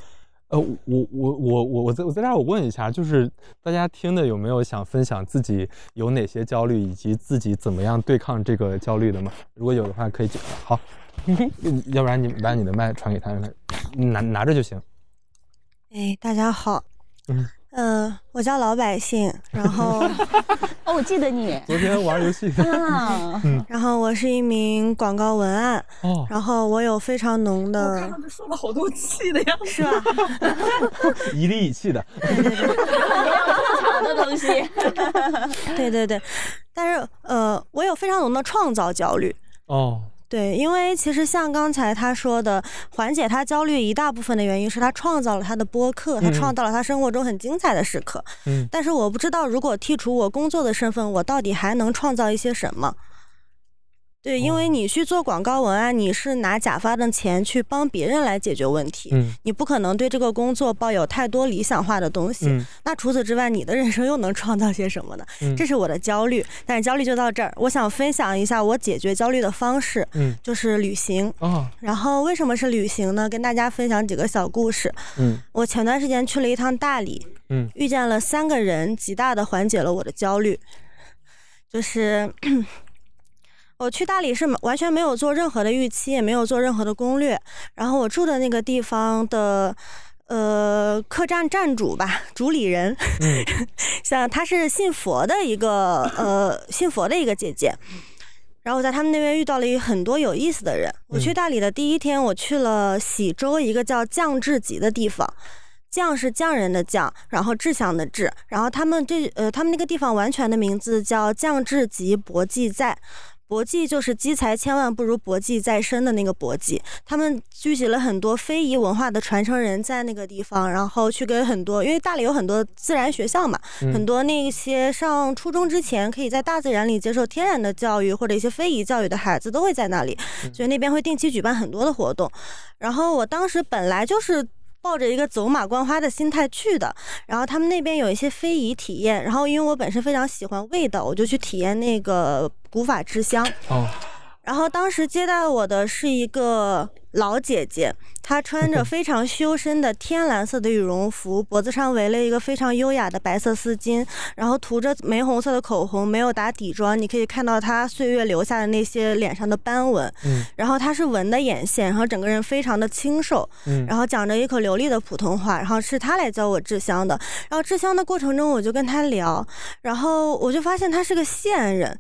我在这儿我问一下，就是大家听的有没有想分享自己有哪些焦虑，以及自己怎么样对抗这个焦虑的吗？如果有的话可以讲。好，要不然你把你的麦传给他，拿着就行。 大家好。我叫老百姓，然后我记得你昨天玩游戏然后我是一名广告文案，然后我有非常浓的， 我看到这说了好多气的样子， 是吧？ 一里一气的， 好的东西， 对，但是我有非常浓的创造焦虑。对，因为其实像刚才他说的，缓解他焦虑一大部分的原因是他创造了他的播客，他创造了他生活中很精彩的时刻。但是我不知道，如果剔除我工作的身份，我到底还能创造一些什么？对，因为你去做广告文案，你是拿甲方的钱去帮别人来解决问题，你不可能对这个工作抱有太多理想化的东西。那除此之外，你的人生又能创造些什么呢？这是我的焦虑，但是焦虑就到这儿。我想分享一下我解决焦虑的方式，就是旅行。然后为什么是旅行呢？跟大家分享几个小故事。我前段时间去了一趟大理，遇见了3个人，极大的缓解了我的焦虑。就是我去大理是完全没有做任何的预期，也没有做任何的攻略。然后我住的那个地方的客栈站主吧，主理人，像她是信佛的一个姐姐。然后我在他们那边遇到了很多有意思的人。我去大理的第一天，我去了喜洲一个叫降智集的地方。匠是匠人的匠，然后志向的志，然后他们那个地方完全的名字叫降智集博济在。博济就是积财千万不如博济在身的那个博济，他们聚集了很多非遗文化的传承人在那个地方，然后去给很多，因为大理有很多自然学校嘛，很多那些上初中之前可以在大自然里接受天然的教育或者一些非遗教育的孩子都会在那里，所以那边会定期举办很多的活动。然后我当时本来就是抱着一个走马观花的心态去的，然后他们那边有一些非遗体验，然后因为我本身非常喜欢味道，我就去体验那个古法制香。然后当时接待我的是一个老姐姐，她穿着非常修身的天蓝色的羽绒服，脖子上围了一个非常优雅的白色丝巾，然后涂着玫红色的口红，没有打底妆，你可以看到她岁月留下的那些脸上的斑纹。然后她是纹的眼线，然后整个人非常的清瘦，然后讲着一口流利的普通话，然后是她来教我制香的。然后制香的过程中我就跟她聊，然后我就发现她是个县人。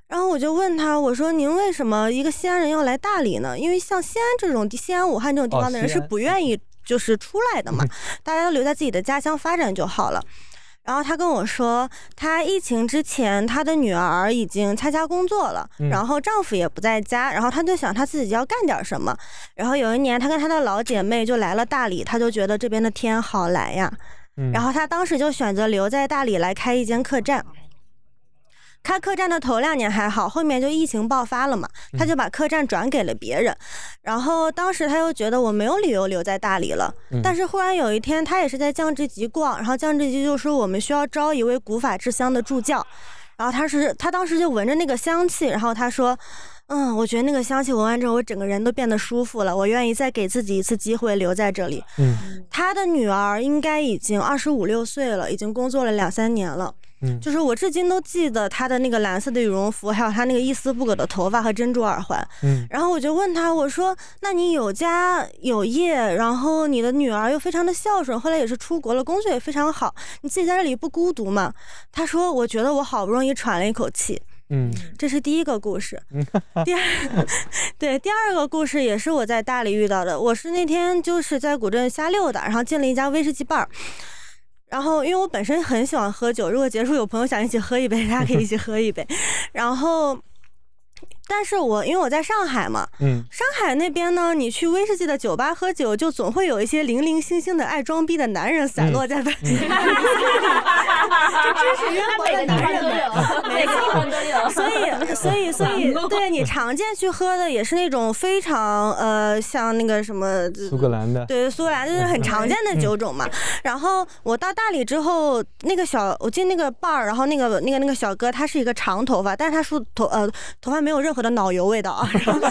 然后我就问他，我说您为什么一个西安人要来大理呢？因为像西安、武汉这种地方的人是不愿意就是出来的嘛，大家都留在自己的家乡发展就好了。然后他跟我说，他疫情之前他的女儿已经参加工作了，然后丈夫也不在家，然后他就想他自己要干点什么。然后有一年他跟他的老姐妹就来了大理，他就觉得这边的天好蓝呀，然后他当时就选择留在大理来开一间客栈。开客栈的头2年还好，后面就疫情爆发了嘛，他就把客栈转给了别人。然后当时他又觉得我没有理由留在大理了，但是忽然有一天他也是在降智集逛，然后降智集就说我们需要招一位古法制香的助教，然后他当时就闻着那个香气，然后他说我觉得那个香气闻完之后我整个人都变得舒服了，我愿意再给自己一次机会留在这里。他的女儿应该已经25、26岁了，已经工作了2、3年了。就是我至今都记得他的那个蓝色的羽绒服，还有他那个一丝不苟的头发和珍珠耳环。然后我就问他，我说那你有家有业，然后你的女儿又非常的孝顺，后来也是出国了，工作也非常好，你自己在这里不孤独吗？他说我觉得我好不容易喘了一口气。这是第一个故事。第二个故事也是我在大理遇到的。我是那天就是在古镇瞎溜达，然后进了一家威士忌 bar。然后因为我本身很喜欢喝酒，如果结束有朋友想一起喝一杯，大家可以一起喝一杯。然后但是因为我在上海嘛，上海那边呢，你去威士忌的酒吧喝酒，就总会有一些零零星星的爱装逼的男人散落在本地，就知识渊博的男人们，每个地方都有。所以，对你常见去喝的也是那种非常像那个什么苏格兰的， 对，苏格兰就是很常见的酒种嘛。然后我到大理之后，我进那个 bar， 然后那个小哥他是一个长头发，但是他说头发没有任何的脑油味道啊，然后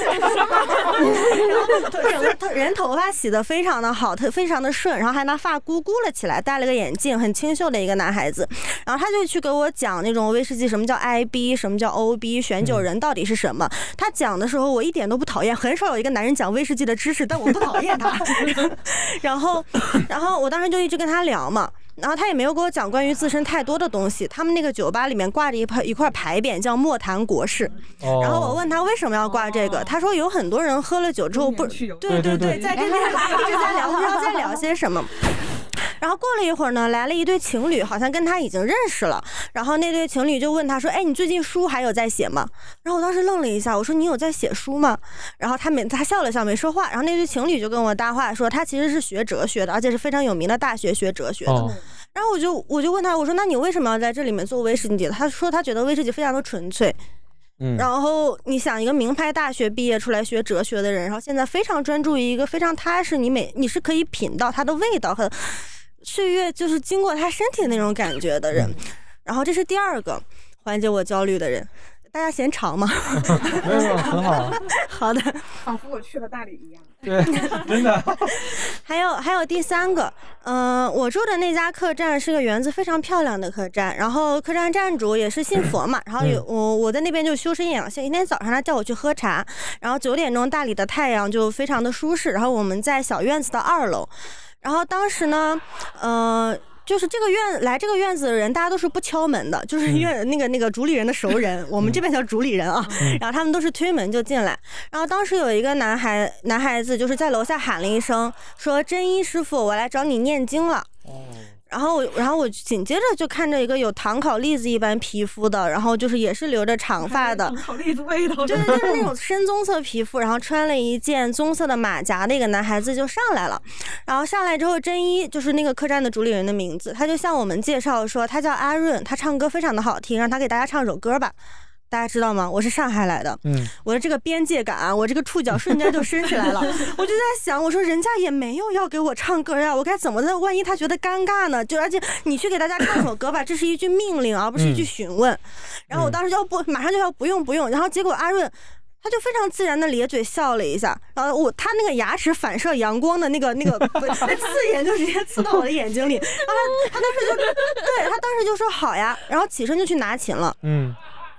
整个人头发洗得非常的好，非常的顺，然后还拿发箍了起来，戴了个眼镜，很清秀的一个男孩子。然后他就去给我讲那种威士忌什么叫 IB， 什么叫 OB， 选酒人到底是什么。他讲的时候我一点都不讨厌，很少有一个男人讲威士忌的知识，但我不讨厌他。然后我当时就一直跟他聊嘛。然后他也没有给我讲关于自身太多的东西。他们那个酒吧里面挂着一块牌匾叫莫谈国事。然后我问他为什么要挂这个，他说有很多人喝了酒之后不，对，在这边一直在聊，不知道在聊些什么。然后过了一会儿呢，来了一对情侣，好像跟他已经认识了。然后那对情侣就问他说：“哎，你最近书还有在写吗？”然后我当时愣了一下，我说：“你有在写书吗？”然后他笑了笑没说话。然后那对情侣就跟我搭话说，他其实是学哲学的，而且是非常有名的大学学哲学的。然后我就问他，我说：“那你为什么要在这里面做威士忌？”他说他觉得威士忌非常的纯粹。然后你想一个名牌大学毕业出来学哲学的人，然后现在非常专注于一个非常踏实，你是可以品到它的味道和岁月就是经过他身体的那种感觉的人。然后这是第二个缓解我焦虑的人。大家嫌长吗？ 没有，很好。 好的， 仿佛我去了大理一样。 对，真的。 还有第三个，我住的那家客栈是个园子非常漂亮的客栈，然后客栈站主也是信佛嘛，然后我在那边就修身养性。一天早上他叫我去喝茶，然后9点钟大理的太阳就非常的舒适，然后我们在小院子的2楼，然后当时呢，就是这个院子的人，大家都是不敲门的，就是那个主理人的熟人，我们这边叫主理人啊。然后他们都是推门就进来。然后当时有一个男孩子就是在楼下喊了一声，说：“真一师傅，我来找你念经了。”然后我紧接着就看着一个有糖烤栗子一般皮肤的，然后就是也是留着长发的， 糖烤栗子味道， 就是那种深棕色皮肤，然后穿了一件棕色的马甲的一个男孩子就上来了。然后上来之后，真一就是那个客栈的主理人的名字，他就向我们介绍说他叫阿润，他唱歌非常的好听，让他给大家唱首歌吧。大家知道吗？我是上海来的，我的这个边界感啊，我这个触角瞬间就升起来了。我就在想，我说人家也没有要给我唱歌呀，我该怎么的？万一他觉得尴尬呢？而且你去给大家唱首歌吧，这是一句命令，而不是一句询问。然后我当时就马上就要不用，然后结果阿润他就非常自然的咧嘴笑了一下，然后他那个牙齿反射阳光的那个刺眼就直接刺到我的眼睛里。然后他当时就说好呀，然后起身就去拿琴了。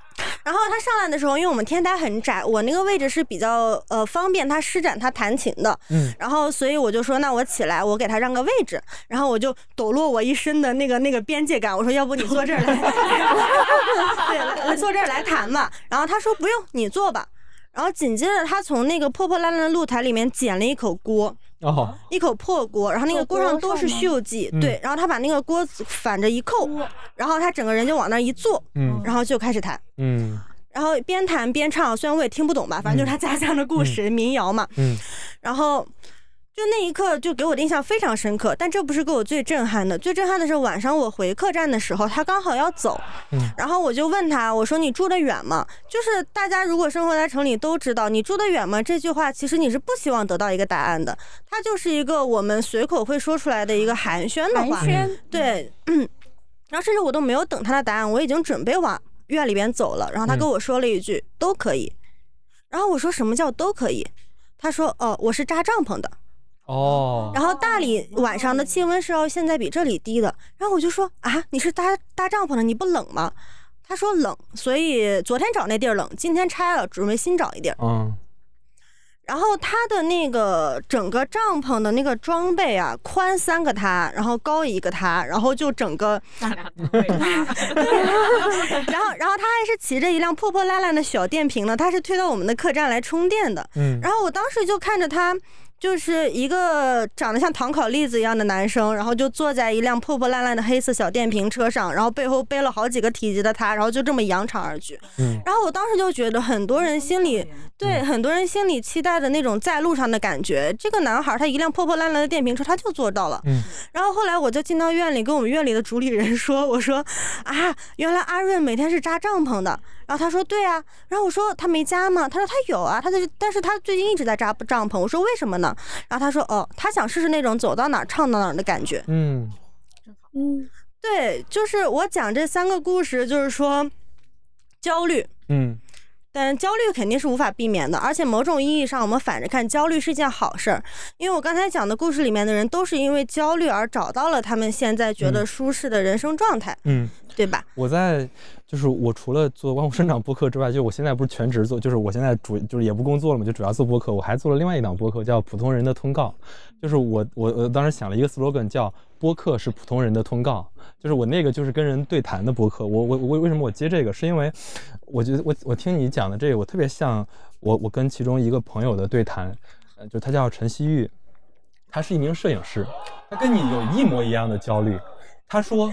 然后他上来的时候，因为我们天台很窄，我那个位置是比较方便他施展他弹琴的，然后所以我就说那我起来，我给他让个位置，然后我就抖落我一身的那个边界感，我说要不你坐这儿来，对，坐这儿来弹吧。然后他说不用，你坐吧。然后紧接着他从那个破破烂烂的露台里面捡了一口锅。一口破锅，然后那个锅上都是锈迹，对，然后他把那个锅子反着一扣，然后他整个人就往那一坐，然后就开始弹，然后边弹边唱，虽然我也听不懂吧，反正就是他家乡的故事，民谣嘛，然后就那一刻就给我的印象非常深刻。但这不是给我最震撼的，最震撼的是晚上我回客栈的时候，他刚好要走，然后我就问他，我说你住得远吗？就是大家如果生活在城里都知道，你住得远吗这句话其实你是不希望得到一个答案的，它就是一个我们随口会说出来的一个寒暄的话，对，然后甚至我都没有等他的答案，我已经准备往院里边走了，然后他跟我说了一句都可以，然后我说什么叫都可以？他说我是扎帐篷的。然后大理晚上的气温是要现在比这里低的，然后我就说啊，你是搭帐篷的，你不冷吗？他说冷，所以昨天找那地儿冷，今天拆了，准备新找一地儿。然后他的那个整个帐篷的那个装备啊，宽3个他，然后高1个他，然后就整个，然后他还是骑着一辆破破烂烂的小电瓶呢，他是推到我们的客栈来充电的。然后我当时就看着他。就是一个长得像糖烤栗子一样的男生，然后就坐在一辆破破烂烂的黑色小电瓶车上，然后背后背了好几个体积的他，然后就这么扬长而去。然后我当时就觉得很多人心里期待的那种在路上的感觉，这个男孩他一辆破破烂烂的电瓶车他就做到了。然后后来我就进到院里跟我们院里的主理人说，我说啊，原来阿润每天是扎帐篷的。然后他说对啊，然后我说他没扎吗？他说他有啊，但是他最近一直在扎帐篷。我说为什么呢？然后他说他想试试那种走到哪儿唱到哪儿的感觉。对，就是我讲这3个故事，就是说焦虑，但焦虑肯定是无法避免的，而且某种意义上我们反着看，焦虑是一件好事儿，因为我刚才讲的故事里面的人都是因为焦虑而找到了他们现在觉得舒适的人生状态，对吧？ 我除了做万物生长播客之外，就我现在不是全职做，就是我现在就是也不工作了嘛，就主要做播客。我还做了另外一档播客，叫《普通人的通告》。就是我当时想了一个 slogan， 叫“播客是普通人的通告”。就是我那个就是跟人对谈的播客。我为什么我接这个？是因为我觉得我听你讲的这个，我特别像我跟其中一个朋友的对谈，就他叫陈希玉，他是一名摄影师，他跟你有一模一样的焦虑。他说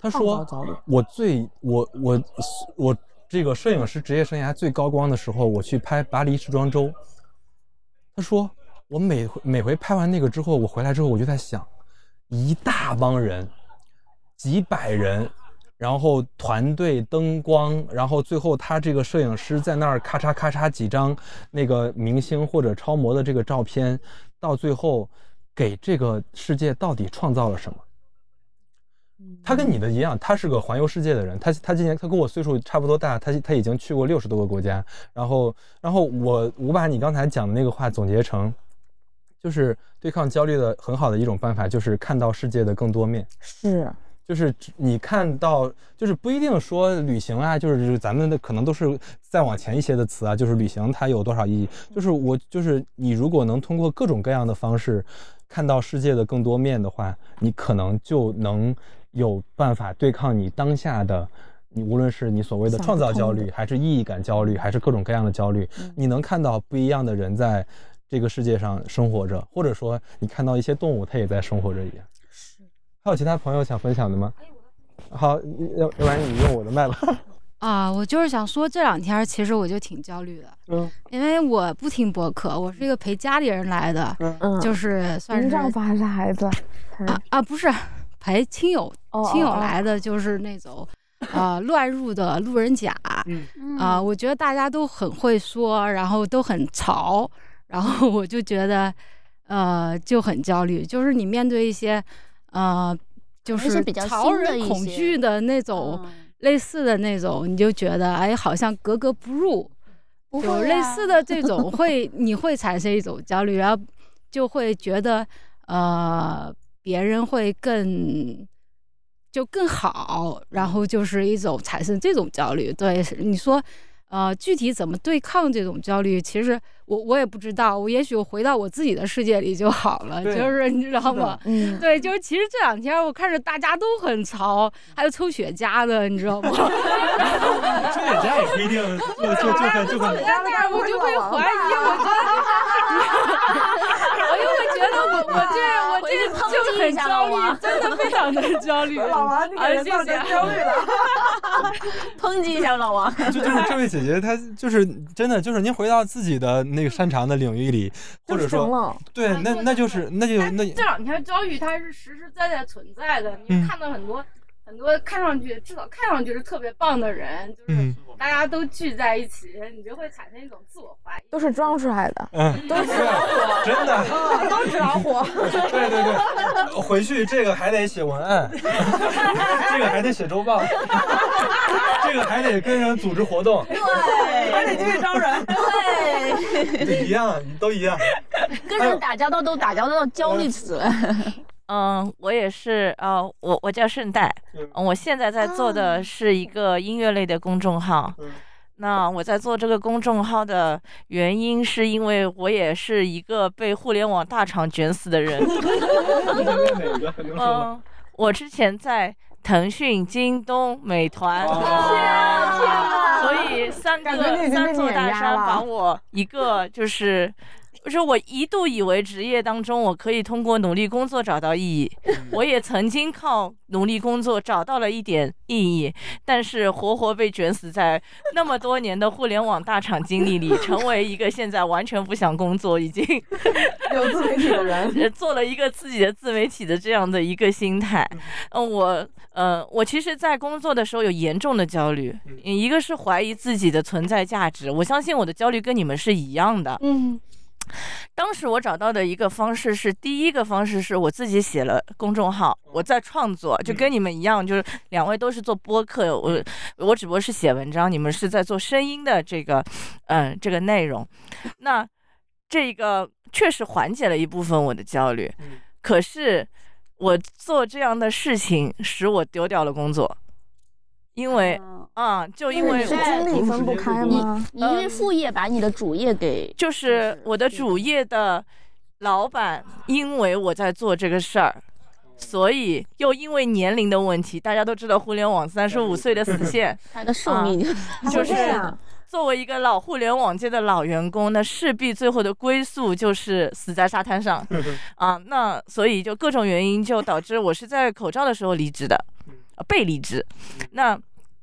我这个摄影师职业生涯最高光的时候，我去拍巴黎时装周。他说我每回拍完那个之后，我回来之后我就在想，一大帮人，几百人，然后团队灯光，然后最后他这个摄影师在那儿咔嚓咔嚓几张那个明星或者超模的这个照片，到最后给这个世界到底创造了什么？他跟你的一样，他是个环游世界的人，他今年他跟我岁数差不多大，他已经去过60多个国家。然后我把你刚才讲的那个话总结成，就是对抗焦虑的很好的一种办法，就是看到世界的更多面。就是你看到，就是不一定说旅行啊，就是咱们的可能都是再往前一些的词啊，就是旅行它有多少意义？就是你如果能通过各种各样的方式看到世界的更多面的话，你可能就能有办法对抗你当下的，你无论是你所谓的创造焦虑，还是意义感焦虑，还是各种各样的焦虑，你能看到不一样的人在这个世界上生活着，或者说你看到一些动物它也在生活着一样。还有其他朋友想分享的吗？好，要不然你用我的麦吧。 我就是想说，这2天其实我就挺焦虑的，因为我不听播客，我是一个陪家里人来的，就是算是丈夫还是孩子不是陪亲友来的，就是那种乱入的路人甲，我觉得大家都很会说，然后都很潮，然后我就觉得就很焦虑，就是你面对一些就是潮人恐惧的那种类似的那种，你就觉得好像格格不入，有类似的这种你会产生一种焦虑，然后就会觉得别人会更好，然后就是一种产生这种焦虑。对，你说具体怎么对抗这种焦虑，其实我也不知道，我也许回到我自己的世界里就好了，就是你知道吗？对，就是其实这2天我看着大家都很潮，还有抽雪茄的，你知道吗？抽雪茄也不一定就很， 我就会怀疑，我就会觉得我这就很焦虑，真的非常的焦虑。 老王，你给人造成焦虑了。 抨击一下老王。 就是这位姐姐，她就是真的就是您回到自己的那个擅长的领域里，或者说对，那就这2天焦虑它是实实在在存在的，你看到很多看上去至少看上去是特别棒的人，就是大家都聚在一起，你就会产生一种自我怀疑。 都是装出来的，都是纸老虎， 真的， 都是老虎。 对，回去这个还得写文案，这个还得写周报，这个还得跟人组织活动， 对，还得继续招人， 对，一样，都一样。 跟人打交道都打交道到焦虑死了。 我也是，我叫圣代，我现在在做的是一个音乐类的公众号。那我在做这个公众号的原因，是因为我也是一个被互联网大厂卷死的人。我之前在腾讯、京东、美团，所以三座大山把我一个就是我一度以为职业当中我可以通过努力工作找到意义，我也曾经靠努力工作找到了一点意义，但是活活被卷死在那么多年的互联网大厂经历里，成为一个现在完全不想工作，已经有自媒体的人， 做了一个自己的自媒体的这样的一个心态。我其实在工作的时候有严重的焦虑，一个是怀疑自己的存在价值，我相信我的焦虑跟你们是一样的。当时我找到的一个方式是，第一个方式是我自己写了公众号，我在创作，就跟你们一样，就是2位都是做播客，我只不过是写文章，你们是在做声音的这个内容。那这个确实缓解了一部分我的焦虑，可是我做这样的事情使我丢掉了工作。因为就因为精力分不开吗？ 你因为副业把你的主业给， 就是我的主业的老板，因为我在做这个事儿，所以又因为年龄的问题，大家都知道互联网35岁的死线， 它的寿命就是作为一个老互联网界的老员工，那势必最后的归宿就是死在沙滩上那所以就各种原因就导致我是在口罩的时候离职的。被离职。那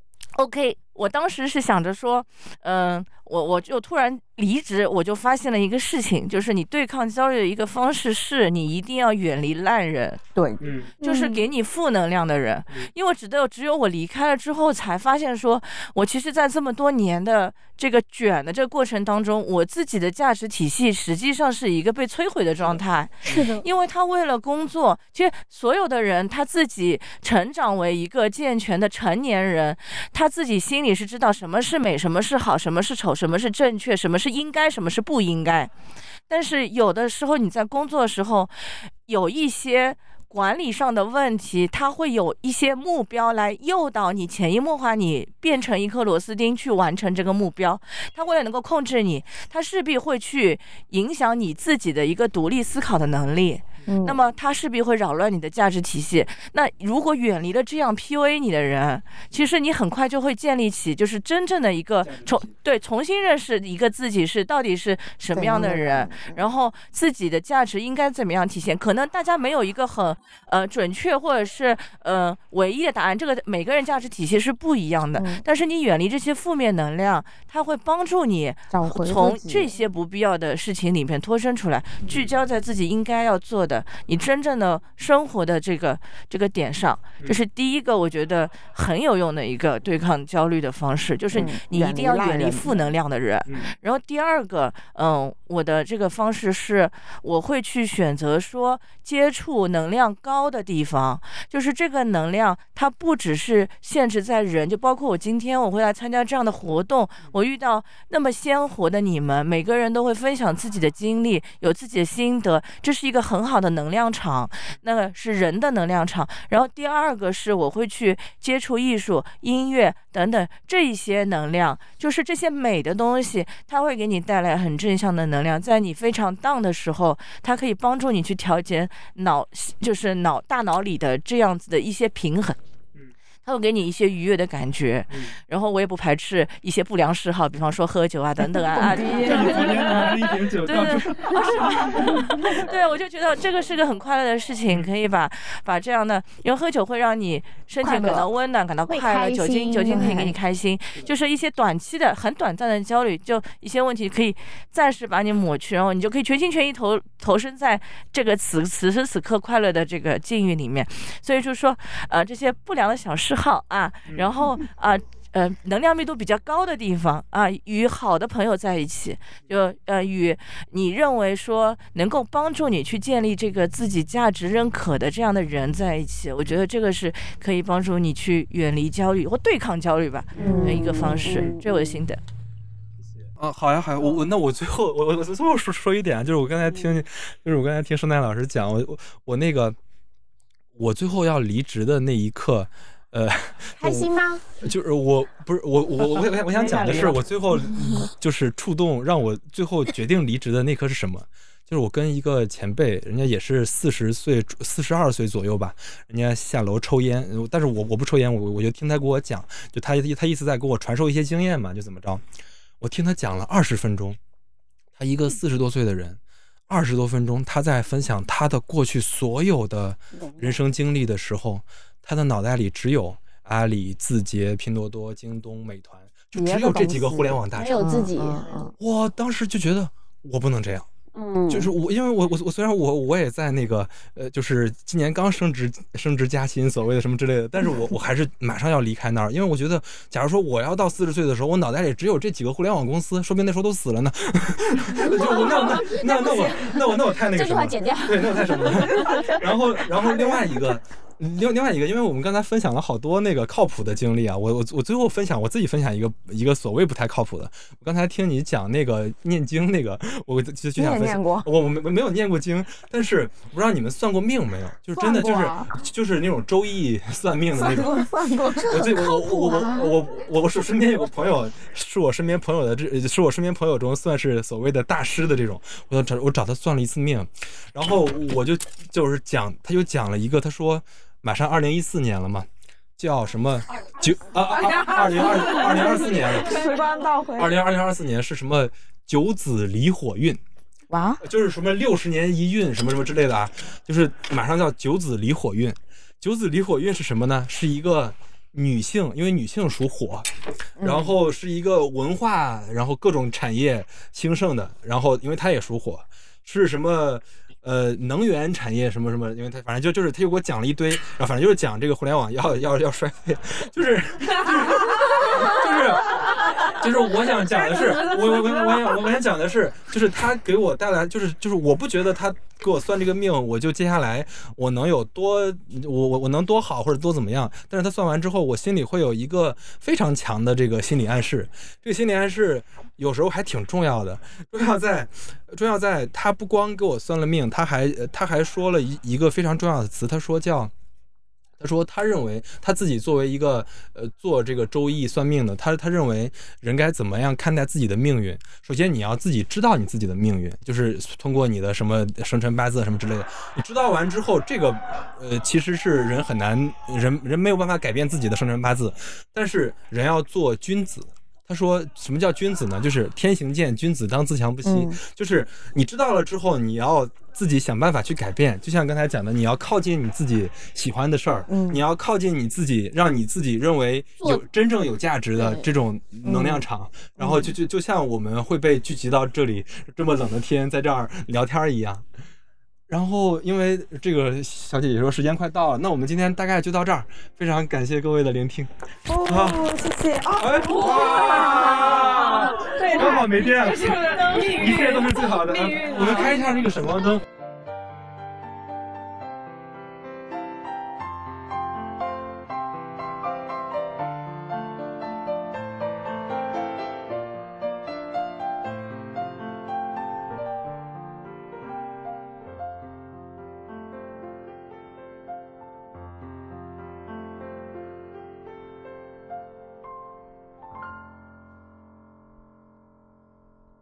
OK， 我当时是想着说，我就突然离职，我就发现了一个事情，就是你对抗焦虑的一个方式是你一定要远离烂人， 对， 就是给你负能量的人，因为只有我离开了之后，才发现说，我其实在这么多年的这个卷的这个过程当中，我自己的价值体系实际上是一个被摧毁的状态。 是的， 因为他为了工作，其实所有的人他自己成长为一个健全的成年人，他自己心里是知道什么是美，什么是好，什么是丑，什么是正确，什么是应该，什么是不应该。但是有的时候你在工作的时候，有一些管理上的问题，它会有一些目标来诱导你，潜移默化你变成一颗螺丝钉去完成这个目标。它为了能够控制你，它势必会去影响你自己的一个独立思考的能力。那么它势必会扰乱你的价值体系。那如果远离了这样 PUA 你的人，其实你很快就会建立起就是真正的一个重新认识一个自己是到底是什么样的人，然后自己的价值应该怎么样体现。可能大家没有一个很准确或者是唯一的答案，这个每个人价值体系是不一样的。但是你远离这些负面能量，它会帮助你从这些不必要的事情里面脱身出来，聚焦在自己应该要做的你真正的生活的这个点上。这是第一个我觉得很有用的一个对抗焦虑的方式，就是你一定要远离负能量的人。然后第二个我的这个方式是，我会去选择说接触能量高的地方，就是这个能量它不只是限制在人，就包括我今天我会来参加这样的活动，我遇到那么鲜活的你们，每个人都会分享自己的经历，有自己的心得，这是一个很好的能量场，那个是人的能量场。然后第二个是我会去接触艺术、音乐等等这一些能量，就是这些美的东西，它会给你带来很正向的能量，在你非常 down 的时候，它可以帮助你去调节就是大脑里的这样子的一些平衡。它会给你一些愉悦的感觉，然后我也不排斥一些不良嗜好，比方说喝酒啊等等啊。对，我就觉得这个是个很快乐的事情，可以把这样的，因为喝酒会让你身体感到温暖，感到快乐，酒精可以给你开心，就是一些短期的、很短暂的焦虑，就一些问题可以暂时把你抹去，然后你就可以全心全意投身在这个此时此刻快乐的这个境遇里面。所以就说，这些不良的小嗜好啊，然后能量密度比较高的地方啊，与好的朋友在一起，就与你认为说能够帮助你去建立这个自己价值认可的这样的人在一起，我觉得这个是可以帮助你去远离焦虑或对抗焦虑吧，一个方式，这是我的心得。 好呀，那我最后我最后说一点，就是我刚才听圣诞老师讲，我那个我最后要离职的那一刻。 开心吗？ 就是我想讲的是，我最后就是触动让我最后决定离职的那刻是什么？就是我跟一个前辈，人家也是42岁左右吧，人家下楼抽烟，但是我不抽烟，我就听他给我讲，就他意思在给我传授一些经验嘛，就怎么着，我听他讲了20分钟，他一个40多岁的人。20多分钟，他在分享他的过去所有的人生经历的时候，他的脑袋里只有阿里、字节、拼多多、京东、美团，就只有这几个互联网大厂， 没有自己。 我当时就觉得我不能这样。就是因为我虽然我也在那个就是今年刚升职加薪所谓的什么之类的，但是我还是马上要离开那儿，因为我觉得假如说我要到40岁的时候，我脑袋里只有这几个互联网公司，说不定那时候都死了呢。那我太那个什么，这句话剪掉，对，那我太什么了。然后另外一个，因为我们刚才分享了好多那个靠谱的经历啊，我最后自己分享一个所谓不太靠谱的。我刚才听你讲那个念经那个，我就想分享。我没有念过经，但是不知道你们算过命没有？就是真的就是那种周易算命的那种。算过。我身边有个朋友，是我身边朋友中算是所谓的大师的这种，我找他算了一次命，然后就是讲，他就讲了一个，他说。马上2014年了嘛，叫什么2024年了。 回光倒回。 2024年是什么九子离火运？ 哇， 就是什么60年一运什么之类的啊，就是马上叫九子离火运。九子离火运是什么呢？是一个女性，因为女性属火，然后是一个文化，然后各种产业兴盛的，然后因为她也属火，是什么？能源产业什么什么，因为他反正就是他又给我讲了一堆，然后反正就是讲这个互联网要衰退，就是我想讲的是，我想讲的是，就是他给我带来，就是我不觉得他给我算这个命，我就接下来我能有多我能多好或者多怎么样，但是他算完之后，我心里会有一个非常强的这个心理暗示，这个心理暗示有时候还挺重要的，重要在他不光给我算了命，他还说了一个非常重要的词，他说他认为他自己作为一个做这个周易算命的，他认为人该怎么样看待自己的命运。首先你要自己知道你自己的命运，就是通过你的什么生辰八字什么之类的，你知道完之后，这个其实是人很难，人没有办法改变自己的生辰八字，但是人要做君子。他说什么叫君子呢？就是天行健，君子当自强不息。就是你知道了之后，你要自己想办法去改变。就像刚才讲的，你要靠近你自己喜欢的事儿，你要靠近你自己，让你自己认为真正有价值的这种能量场。然后就像我们会被聚集到这里这么冷的天，在这儿聊天一样。 然后因为这个小姐姐说时间快到了，那我们今天大概就到这儿，非常感谢各位的聆听。 谢谢哇，刚好没电了，一切都是最好的。我们开一下那个闪光灯。